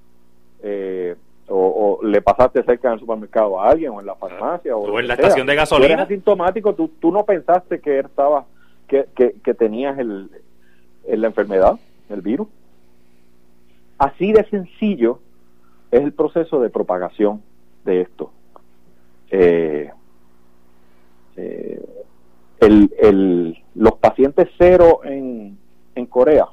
o le pasaste cerca en el supermercado a alguien, o en la farmacia, o en la estación de gasolina. Tú eres asintomático, tú no pensaste que tenías la enfermedad, el virus. Así de sencillo es el proceso de propagación de esto. Los pacientes cero en Corea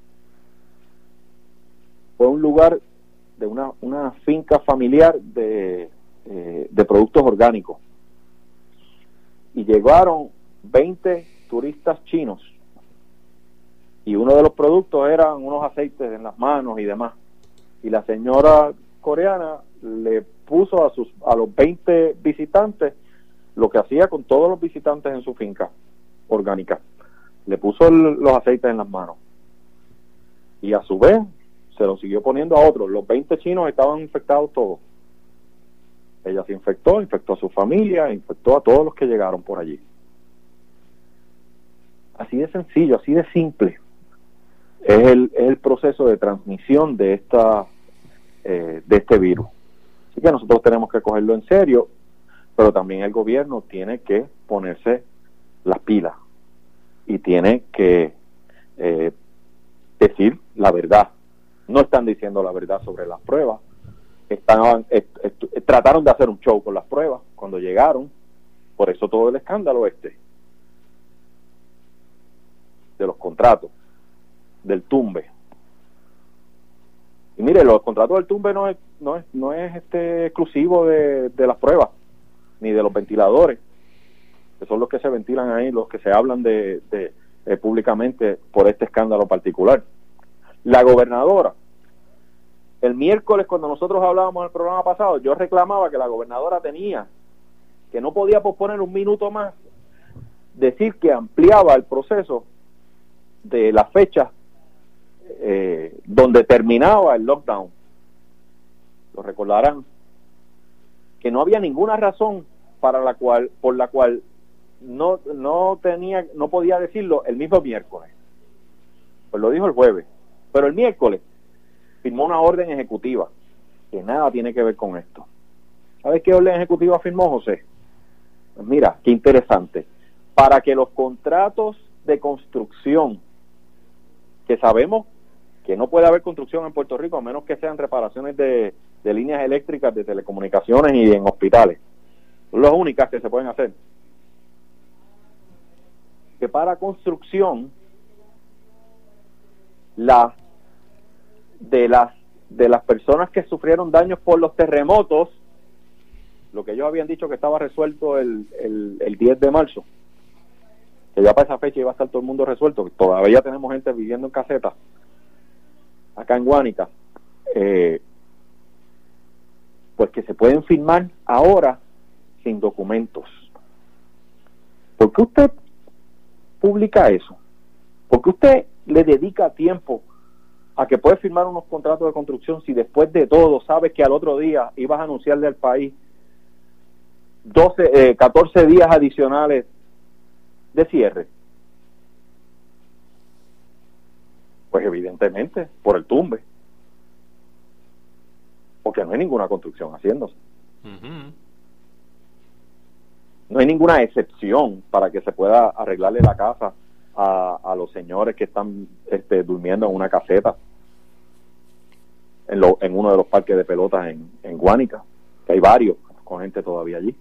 fue un lugar de una finca familiar de productos orgánicos, y llegaron 20 turistas chinos y uno de los productos eran unos aceites en las manos y demás, y la señora coreana le puso a los 20 visitantes lo que hacía con todos los visitantes en su finca orgánica, le puso los aceites en las manos y a su vez se los siguió poniendo a otros. Los 20 chinos estaban infectados todos. Ella se infectó a su familia, infectó a todos los que llegaron por allí. Así de sencillo, así de simple. es el proceso de transmisión de este virus. Así que nosotros tenemos que cogerlo en serio, pero también el gobierno tiene que ponerse las pilas y tiene que decir la verdad. No están diciendo la verdad sobre las pruebas. Trataron de hacer un show con las pruebas cuando llegaron, por eso todo el escándalo de los contratos, del tumbe. Y mire, los contratos del tumbe no es exclusivo de las pruebas ni de los ventiladores, que son los que se ventilan ahí, los que se hablan públicamente por este escándalo particular. La gobernadora, el miércoles cuando nosotros hablábamos en el programa pasado, yo reclamaba que la gobernadora que no podía posponer un minuto más, decir que ampliaba el proceso de la fecha donde terminaba el lockdown. Lo recordarán, que no había ninguna razón por la cual no podía decirlo el mismo miércoles. Pues lo dijo el jueves, pero el miércoles firmó una orden ejecutiva que nada tiene que ver con esto. ¿Sabes qué orden ejecutiva firmó, José? Pues mira, qué interesante. Para que los contratos de construcción, que sabemos que no puede haber construcción en Puerto Rico a menos que sean reparaciones de líneas eléctricas, de telecomunicaciones y en hospitales, son las únicas que se pueden hacer, que para construcción de las personas que sufrieron daños por los terremotos, lo que ellos habían dicho que estaba resuelto el 10 de marzo, que ya para esa fecha iba a estar todo el mundo resuelto, que todavía tenemos gente viviendo en casetas acá en Guánica, pues que se pueden firmar ahora sin documentos. ¿Por qué usted publica eso? ¿Por qué usted le dedica tiempo a que puede firmar unos contratos de construcción si después de todo sabes que al otro día ibas a anunciarle al país 14 días adicionales de cierre? Pues evidentemente por el tumbe, porque no hay ninguna construcción haciéndose. No hay ninguna excepción para que se pueda arreglarle la casa a los señores que están durmiendo en una caseta en uno de los parques de pelotas en Guánica, que hay varios con gente todavía allí.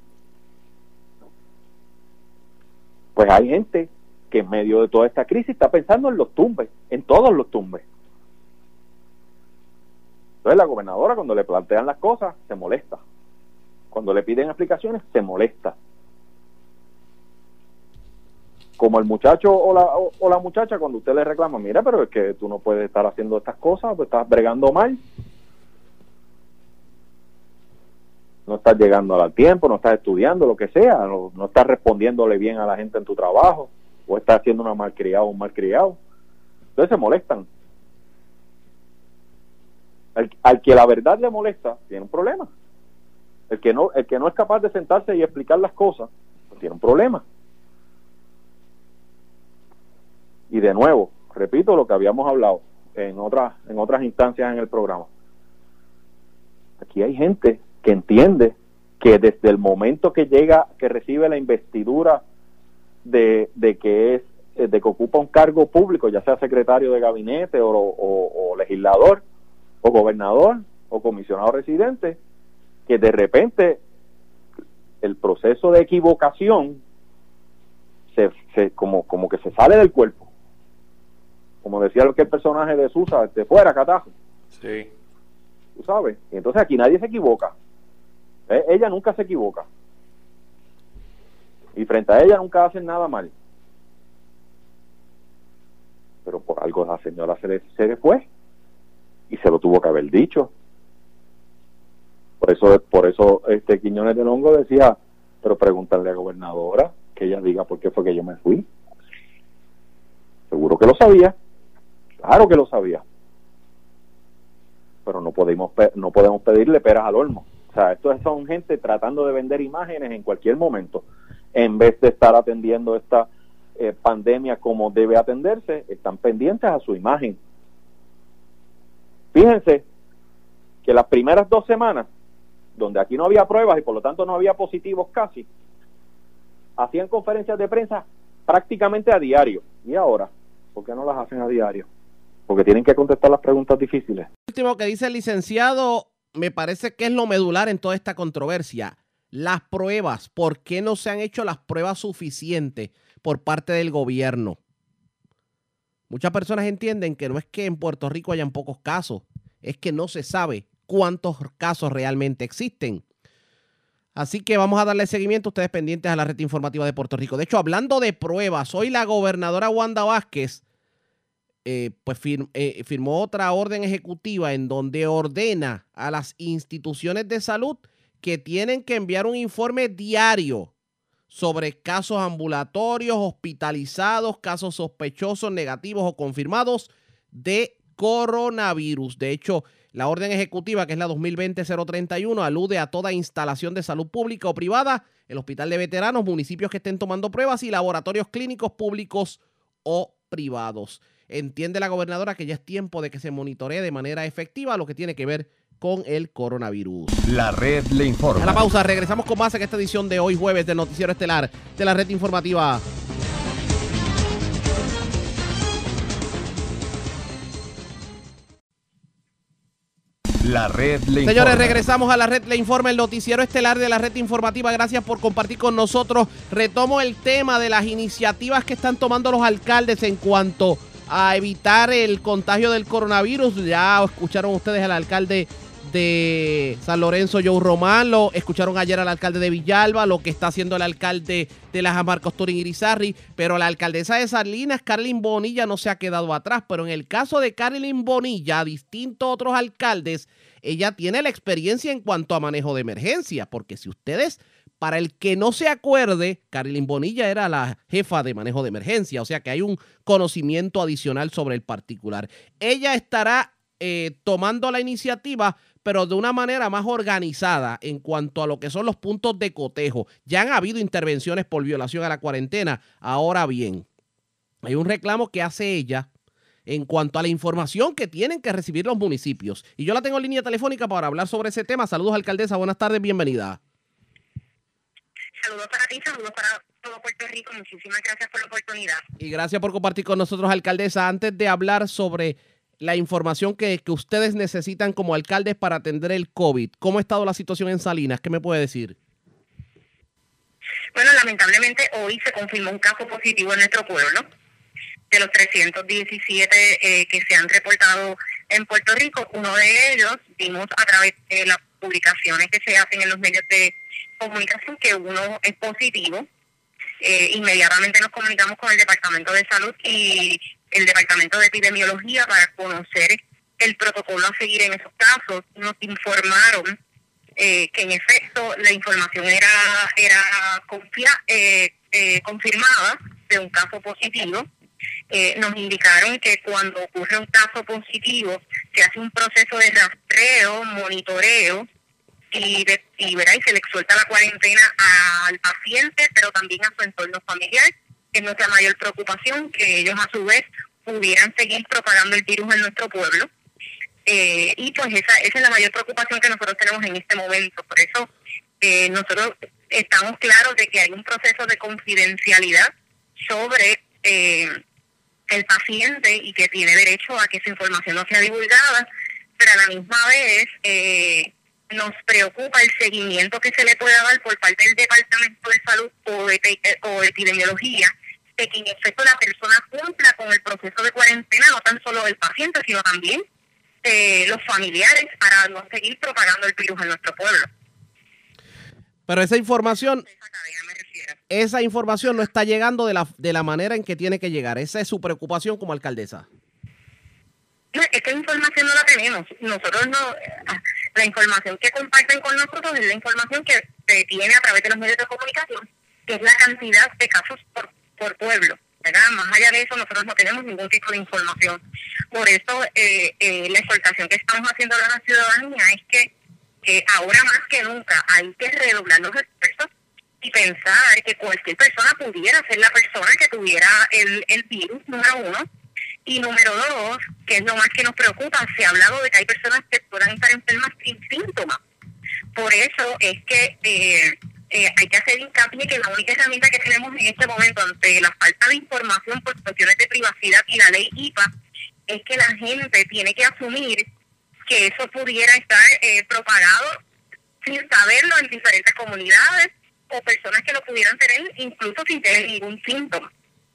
Pues hay gente que en medio de toda esta crisis está pensando en los tumbes, en todos los tumbes. Entonces la gobernadora, cuando le plantean las cosas, se molesta. Cuando le piden explicaciones, se molesta. Como el muchacho o la muchacha, cuando usted le reclama, mira, pero es que tú no puedes estar haciendo estas cosas, pues estás bregando mal, no estás llegando al tiempo, no estás estudiando, lo que sea, no estás respondiéndole bien a la gente en tu trabajo, o estás haciendo una malcriada o un malcriado. Entonces se molestan. Al que la verdad le molesta, tiene un problema. El que no es capaz de sentarse y explicar las cosas, pues tiene un problema. Y de nuevo, repito lo que habíamos hablado en otras instancias en el programa. Aquí hay gente que entiende que desde el momento que recibe la investidura de que ocupa un cargo público, ya sea secretario de gabinete o legislador o gobernador o comisionado residente, que de repente el proceso de equivocación como que se sale del cuerpo, como decía el personaje de Susa, fuera catajo. Sí. Tú sabes, y entonces aquí nadie se equivoca. Ella nunca se equivoca, y frente a ella nunca hacen nada mal, pero por algo la señora se le fue y se lo tuvo que haber dicho. Por eso Quiñones del Hongo decía, pero pregúntale a la gobernadora que ella diga por qué fue que yo me fui. Seguro que lo sabía, claro que lo sabía, pero no podemos pedirle peras al olmo. O sea, estos son gente tratando de vender imágenes en cualquier momento, en vez de estar atendiendo esta pandemia como debe atenderse. Están pendientes a su imagen Fíjense que las primeras 2 semanas, donde aquí no había pruebas y por lo tanto no había positivos casi, hacían conferencias de prensa prácticamente a diario. ¿Y ahora? ¿Por qué no las hacen a diario? Porque tienen que contestar las preguntas difíciles. Lo último que dice el licenciado me parece que es lo medular en toda esta controversia. Las pruebas, ¿por qué no se han hecho las pruebas suficientes por parte del gobierno? Muchas personas entienden que no es que en Puerto Rico hayan pocos casos, es que no se sabe cuántos casos realmente existen. Así que vamos a darle seguimiento a ustedes pendientes a la red informativa de Puerto Rico. De hecho, hablando de pruebas, hoy la gobernadora Wanda Vázquez firmó otra orden ejecutiva en donde ordena a las instituciones de salud que tienen que enviar un informe diario sobre casos ambulatorios, hospitalizados, casos sospechosos, negativos o confirmados de coronavirus. De hecho, la orden ejecutiva, que es la 2020-031, alude a toda instalación de salud pública o privada, el hospital de veteranos, municipios que estén tomando pruebas y laboratorios clínicos públicos o privados. Entiende la gobernadora que ya es tiempo de que se monitoree de manera efectiva lo que tiene que ver con el coronavirus. La red le informa. A la pausa, regresamos con más en esta edición de hoy jueves del Noticiero Estelar de la red informativa. La red le informa. Señores, regresamos a la red le informa, el noticiero estelar de la red informativa. Gracias por compartir con nosotros. Retomo el tema de las iniciativas que están tomando los alcaldes en cuanto a evitar el contagio del coronavirus. Ya escucharon ustedes al alcalde de San Lorenzo, Joe Román, lo escucharon ayer al alcalde de Villalba, lo que está haciendo el alcalde de Las Marcos Turín Irizarry, pero la alcaldesa de Salinas, Carolyn Bonilla, no se ha quedado atrás. Pero en el caso de Carolyn Bonilla, distinto a otros alcaldes, ella tiene la experiencia en cuanto a manejo de emergencia, porque si ustedes, para el que no se acuerde, Carolyn Bonilla era la jefa de manejo de emergencia, o sea que hay un conocimiento adicional sobre el particular. Ella estará tomando la iniciativa, pero de una manera más organizada en cuanto a lo que son los puntos de cotejo. Ya han habido intervenciones por violación a la cuarentena. Ahora bien, hay un reclamo que hace ella en cuanto a la información que tienen que recibir los municipios. Y yo la tengo en línea telefónica para hablar sobre ese tema. Saludos, alcaldesa. Buenas tardes, bienvenida. Saludos para ti, saludos para todo Puerto Rico. Muchísimas gracias por la oportunidad. Y gracias por compartir con nosotros, alcaldesa. Antes de hablar sobre la información que ustedes necesitan como alcaldes para atender el COVID, ¿cómo ha estado la situación en Salinas? ¿Qué me puede decir? Bueno, lamentablemente hoy se confirmó un caso positivo en nuestro pueblo. De los 317 que se han reportado en Puerto Rico, uno de ellos vimos a través de las publicaciones que se hacen en los medios de comunicación que uno es positivo. Inmediatamente nos comunicamos con el Departamento de Salud y el Departamento de Epidemiología para conocer el protocolo a seguir en esos casos. Nos informaron que en efecto la información era confirmada de un caso positivo. Nos indicaron que cuando ocurre un caso positivo se hace un proceso de rastreo, monitoreo y se le suelta la cuarentena al paciente, pero también a su entorno familiar, que es nuestra mayor preocupación, que ellos a su vez pudieran seguir propagando el virus en nuestro pueblo. Y pues esa es la mayor preocupación que nosotros tenemos en este momento. Por eso nosotros estamos claros de que hay un proceso de confidencialidad sobre el paciente y que tiene derecho a que esa información no sea divulgada, pero a la misma vez nos preocupa el seguimiento que se le pueda dar por parte del Departamento de Salud o de Epidemiología, de que en efecto la persona cumpla con el proceso de cuarentena, no tan solo del paciente, sino también los familiares, para no seguir propagando el virus en nuestro pueblo. Pero esa información no está llegando de la manera en que tiene que llegar. Esa es su preocupación como alcaldesa. No, esta información no la tenemos. Nosotros no. La información que comparten con nosotros es la información que se tiene a través de los medios de comunicación, que es la cantidad de casos por pueblo, ¿verdad? Más allá de eso, nosotros no tenemos ningún tipo de información. Por eso, la exhortación que estamos haciendo a la ciudadanía es que ahora más que nunca hay que redoblar los esfuerzos y pensar que cualquier persona pudiera ser la persona que tuviera el virus, número uno, Y número dos, que es lo más que nos preocupa, se ha hablado de que hay personas que puedan estar enfermas sin síntomas. Por eso es que hay que hacer hincapié que la única herramienta que tenemos en este momento ante la falta de información por cuestiones de privacidad y la ley IPA es que la gente tiene que asumir que eso pudiera estar propagado sin saberlo en diferentes comunidades o personas que lo pudieran tener incluso sin tener ningún síntoma.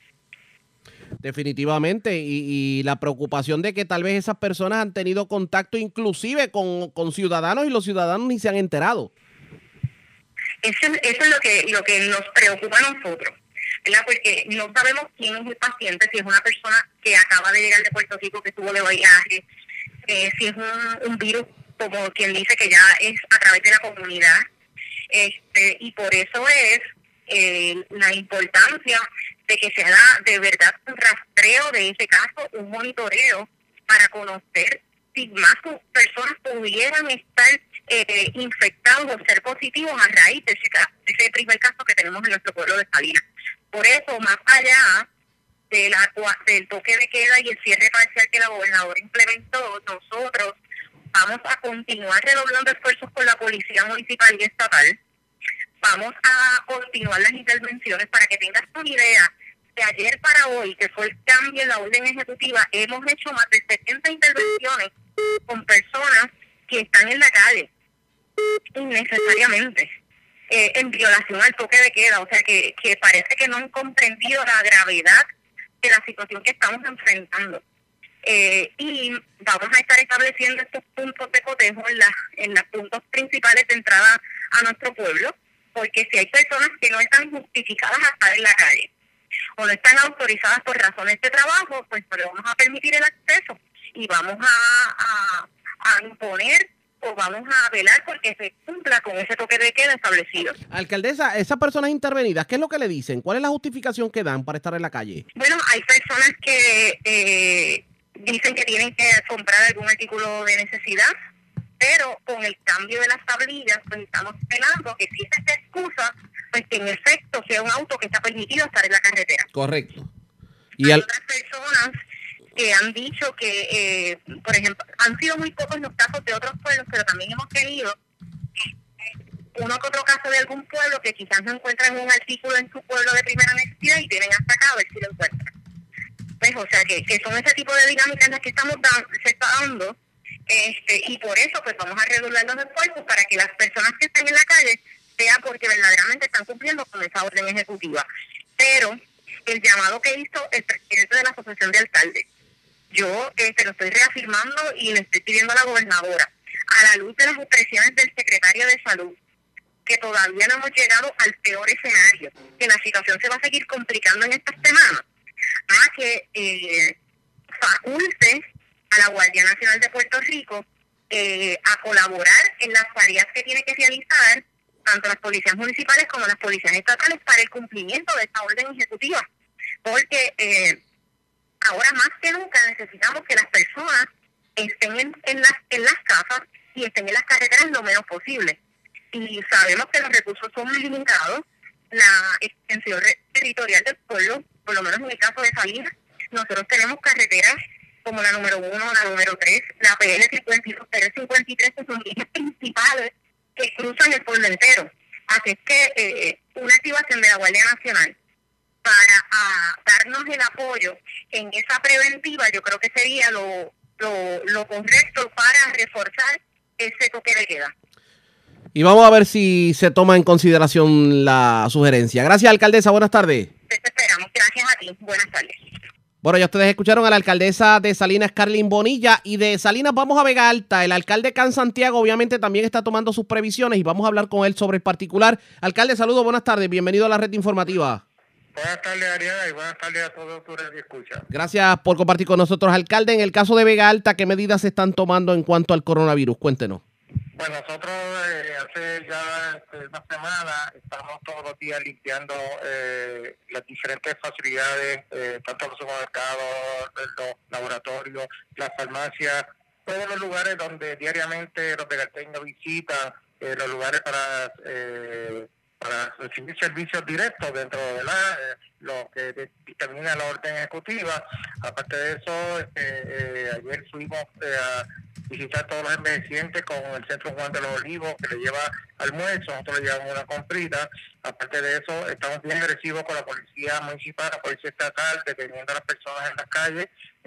Definitivamente, y la preocupación de que tal vez esas personas han tenido contacto inclusive con ciudadanos y los ciudadanos ni se han enterado. Eso es lo que nos preocupa a nosotros, ¿verdad? Porque no sabemos quién es el paciente, si es una persona que acaba de llegar de Puerto Rico, que estuvo de viaje, si es un virus, como quien dice, que ya es a través de la comunidad. Y por eso es la importancia de que se haga de verdad un rastreo de ese caso, un monitoreo para conocer si más personas pudieran estar infectados o ser positivos a raíz de ese primer caso que tenemos en nuestro pueblo de Salinas. Por eso, más allá de del toque de queda y el cierre parcial que la gobernadora implementó, nosotros vamos a continuar redoblando esfuerzos con la policía municipal y estatal. Vamos a continuar las intervenciones. Para que tengas una idea, de ayer para hoy, que fue el cambio en la orden ejecutiva, hemos hecho más de 70 intervenciones con personas que están en la calle, innecesariamente, en violación al toque de queda. O sea, que parece que no han comprendido la gravedad de la situación que estamos enfrentando. Y vamos a estar estableciendo estos puntos de cotejo en los puntos principales de entrada a nuestro pueblo, porque si hay personas que no están justificadas a estar en la calle o no están autorizadas por razones de trabajo, pues no le vamos a permitir el acceso y vamos a imponer o vamos a velar porque se cumpla con ese toque de queda establecido. Alcaldesa, esas personas intervenidas, ¿qué es lo que le dicen? ¿Cuál es la justificación que dan para estar en la calle? Bueno, hay personas que dicen que tienen que comprar algún artículo de necesidad, pero con el cambio de las tablillas, pues estamos esperando que si esa excusa, pues que en efecto sea un auto que está permitido estar en la carretera. Correcto. Y hay otras personas que han dicho que, por ejemplo, han sido muy pocos los casos de otros pueblos, pero también hemos tenido uno que otro caso de algún pueblo que quizás no encuentran un artículo en su pueblo de primera necesidad y tienen hasta acá a ver si lo encuentran. Pues, o sea, que son ese tipo de dinámicas las que se está dando, y por eso pues vamos a redoblar los esfuerzos para que las personas que están en la calle sea porque verdaderamente están cumpliendo con esa orden ejecutiva. Pero el llamado que hizo el presidente de la Asociación de Alcaldes, yo lo estoy reafirmando y le estoy pidiendo a la gobernadora, a la luz de las expresiones del secretario de Salud, que todavía no hemos llegado al peor escenario, que la situación se va a seguir complicando en estas semanas, a que faculte a la Guardia Nacional de Puerto Rico a colaborar en las tareas que tiene que realizar tanto las policías municipales como las policías estatales para el cumplimiento de esta orden ejecutiva, porque ahora más que nunca necesitamos que las personas estén en las casas y estén en las carreteras lo menos posible. Y sabemos que los recursos son muy limitados. La extensión territorial del pueblo, por lo menos en el caso de Salinas, nosotros tenemos carreteras como la número 1, la número 3, la PL 52, PL 53, que son vías principales que cruzan el pueblo entero. Así es que una activación de la Guardia Nacional para darnos el apoyo en esa preventiva, yo creo que sería lo correcto para reforzar ese toque de queda. Y vamos a ver si se toma en consideración la sugerencia. Gracias, alcaldesa. Buenas tardes. Te esperamos. Gracias a ti. Buenas tardes. Bueno, ya ustedes escucharon a la alcaldesa de Salinas, Carlin Bonilla, y de Salinas vamos a Vega Alta. El alcalde Can Santiago obviamente también está tomando sus previsiones y vamos a hablar con él sobre el particular. Alcalde, saludos, buenas tardes, bienvenido a la red informativa. Buenas tardes, Ariana, y buenas tardes a todos tus radioescuchas. Gracias por compartir con nosotros, alcalde. En el caso de Vega Alta, ¿qué medidas se están tomando en cuanto al coronavirus? Cuéntenos. Bueno, nosotros hace ya una semana estamos todos los días limpiando las diferentes facilidades, tanto los supermercados, los laboratorios, las farmacias, todos los lugares donde diariamente los vegalteños visitan, los lugares para recibir servicios directos dentro de lo que termina la orden ejecutiva. Aparte de eso, ayer fuimos a visitar todos los envejecientes con el Centro Juan de los Olivos, que le lleva almuerzo, nosotros le llevamos una comprita. Aparte de eso, estamos bien agresivos con la policía municipal, la policía estatal, deteniendo a las personas en las calles,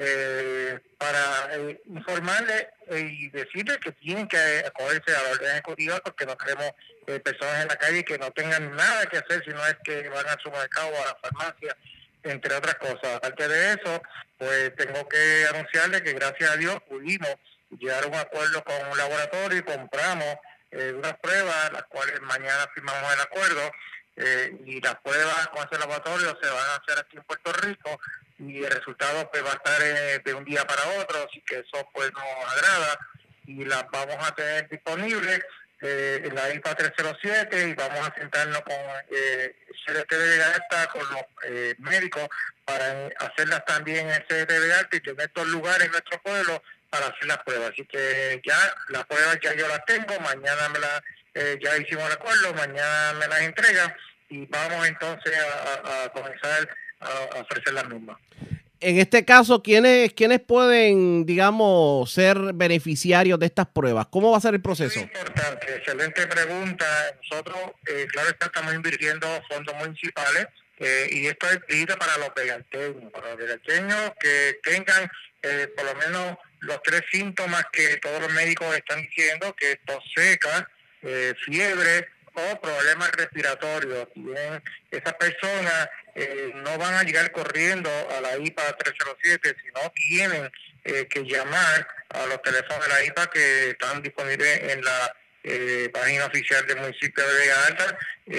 para informarles y decirles que tienen que acogerse a la orden ejecutiva, porque no queremos personas en la calle que no tengan nada que hacer, sino es que van al supermercado o a la farmacia, entre otras cosas. Aparte de eso, pues tengo que anunciarles que gracias a Dios pudimos llegar a un acuerdo con un laboratorio y compramos unas pruebas, las cuales mañana firmamos el acuerdo, y las pruebas con ese laboratorio se van a hacer aquí en Puerto Rico, y el resultado pues va a estar de un día para otro, así que eso pues nos agrada, y las vamos a tener disponibles en la IPA 307, y vamos a sentarnos con CDT de Alta, con los médicos, para hacerlas también en CDT de Alta y tener estos lugares en nuestro pueblo para hacer las pruebas. Así que ya las pruebas ya yo las tengo, mañana ya hicimos el acuerdo, mañana me las entregan y vamos entonces a comenzar a ofrecer las mismas. En este caso, ¿quiénes pueden, digamos, ser beneficiarios de estas pruebas? ¿Cómo va a ser el proceso? Muy importante, excelente pregunta. Nosotros, claro, estamos invirtiendo fondos municipales y esto es dirigido para los vegalteños que tengan por lo menos los 3 síntomas que todos los médicos están diciendo, que es tos seca, fiebre o problemas respiratorios. Bien, esas personas no van a llegar corriendo a la IPA 307, sino tienen que llamar a los teléfonos de la IPA que están disponibles en la página oficial del municipio de Vega Alta,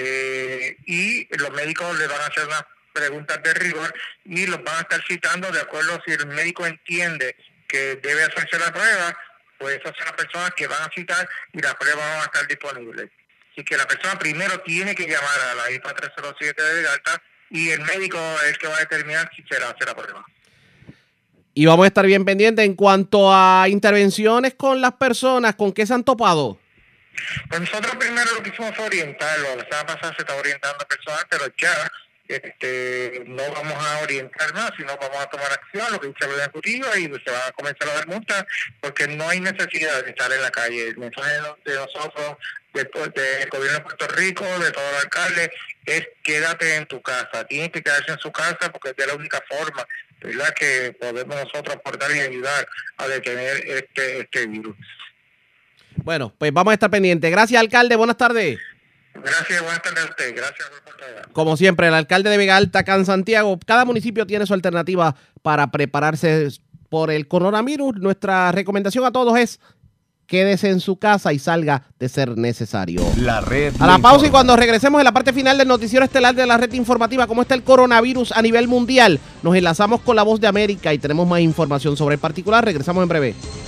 y los médicos les van a hacer unas preguntas de rigor y los van a estar citando de acuerdo si el médico entiende que debe hacerse la prueba, pues esas son las personas que van a citar y las pruebas van a estar disponibles. Así que la persona primero tiene que llamar a la IPA 307 de Vega Alta y el médico es el que va a determinar si se le hace la prueba. Y vamos a estar bien pendientes en cuanto a intervenciones con las personas, ¿con qué se han topado? Pues nosotros primero lo que hicimos fue orientarlo. La semana pasada se está orientando a personas, pero ya no vamos a orientar más, sino vamos a tomar acción, lo que dice la ejecutiva, y se va a comenzar a dar multas, porque no hay necesidad de estar en la calle. El mensaje de nosotros, del gobierno de Puerto Rico, de todos los alcaldes, es quédate en tu casa. Tienes que quedarse en su casa porque es de la única forma, ¿verdad?, que podemos nosotros aportar y ayudar a detener este virus. Bueno, pues vamos a estar pendientes. Gracias, alcalde. Buenas tardes. Gracias, buenas tardes a usted. Gracias por estar. Como siempre, el alcalde de Vega Alta, acá en Santiago. Cada municipio tiene su alternativa para prepararse por el coronavirus. Nuestra recomendación a todos es quédese en su casa y salga de ser necesario. La red. A la pausa, y cuando regresemos en la parte final del noticiero estelar de la red informativa, cómo está el coronavirus a nivel mundial, nos enlazamos con La Voz de América y tenemos más información sobre el particular. Regresamos en breve.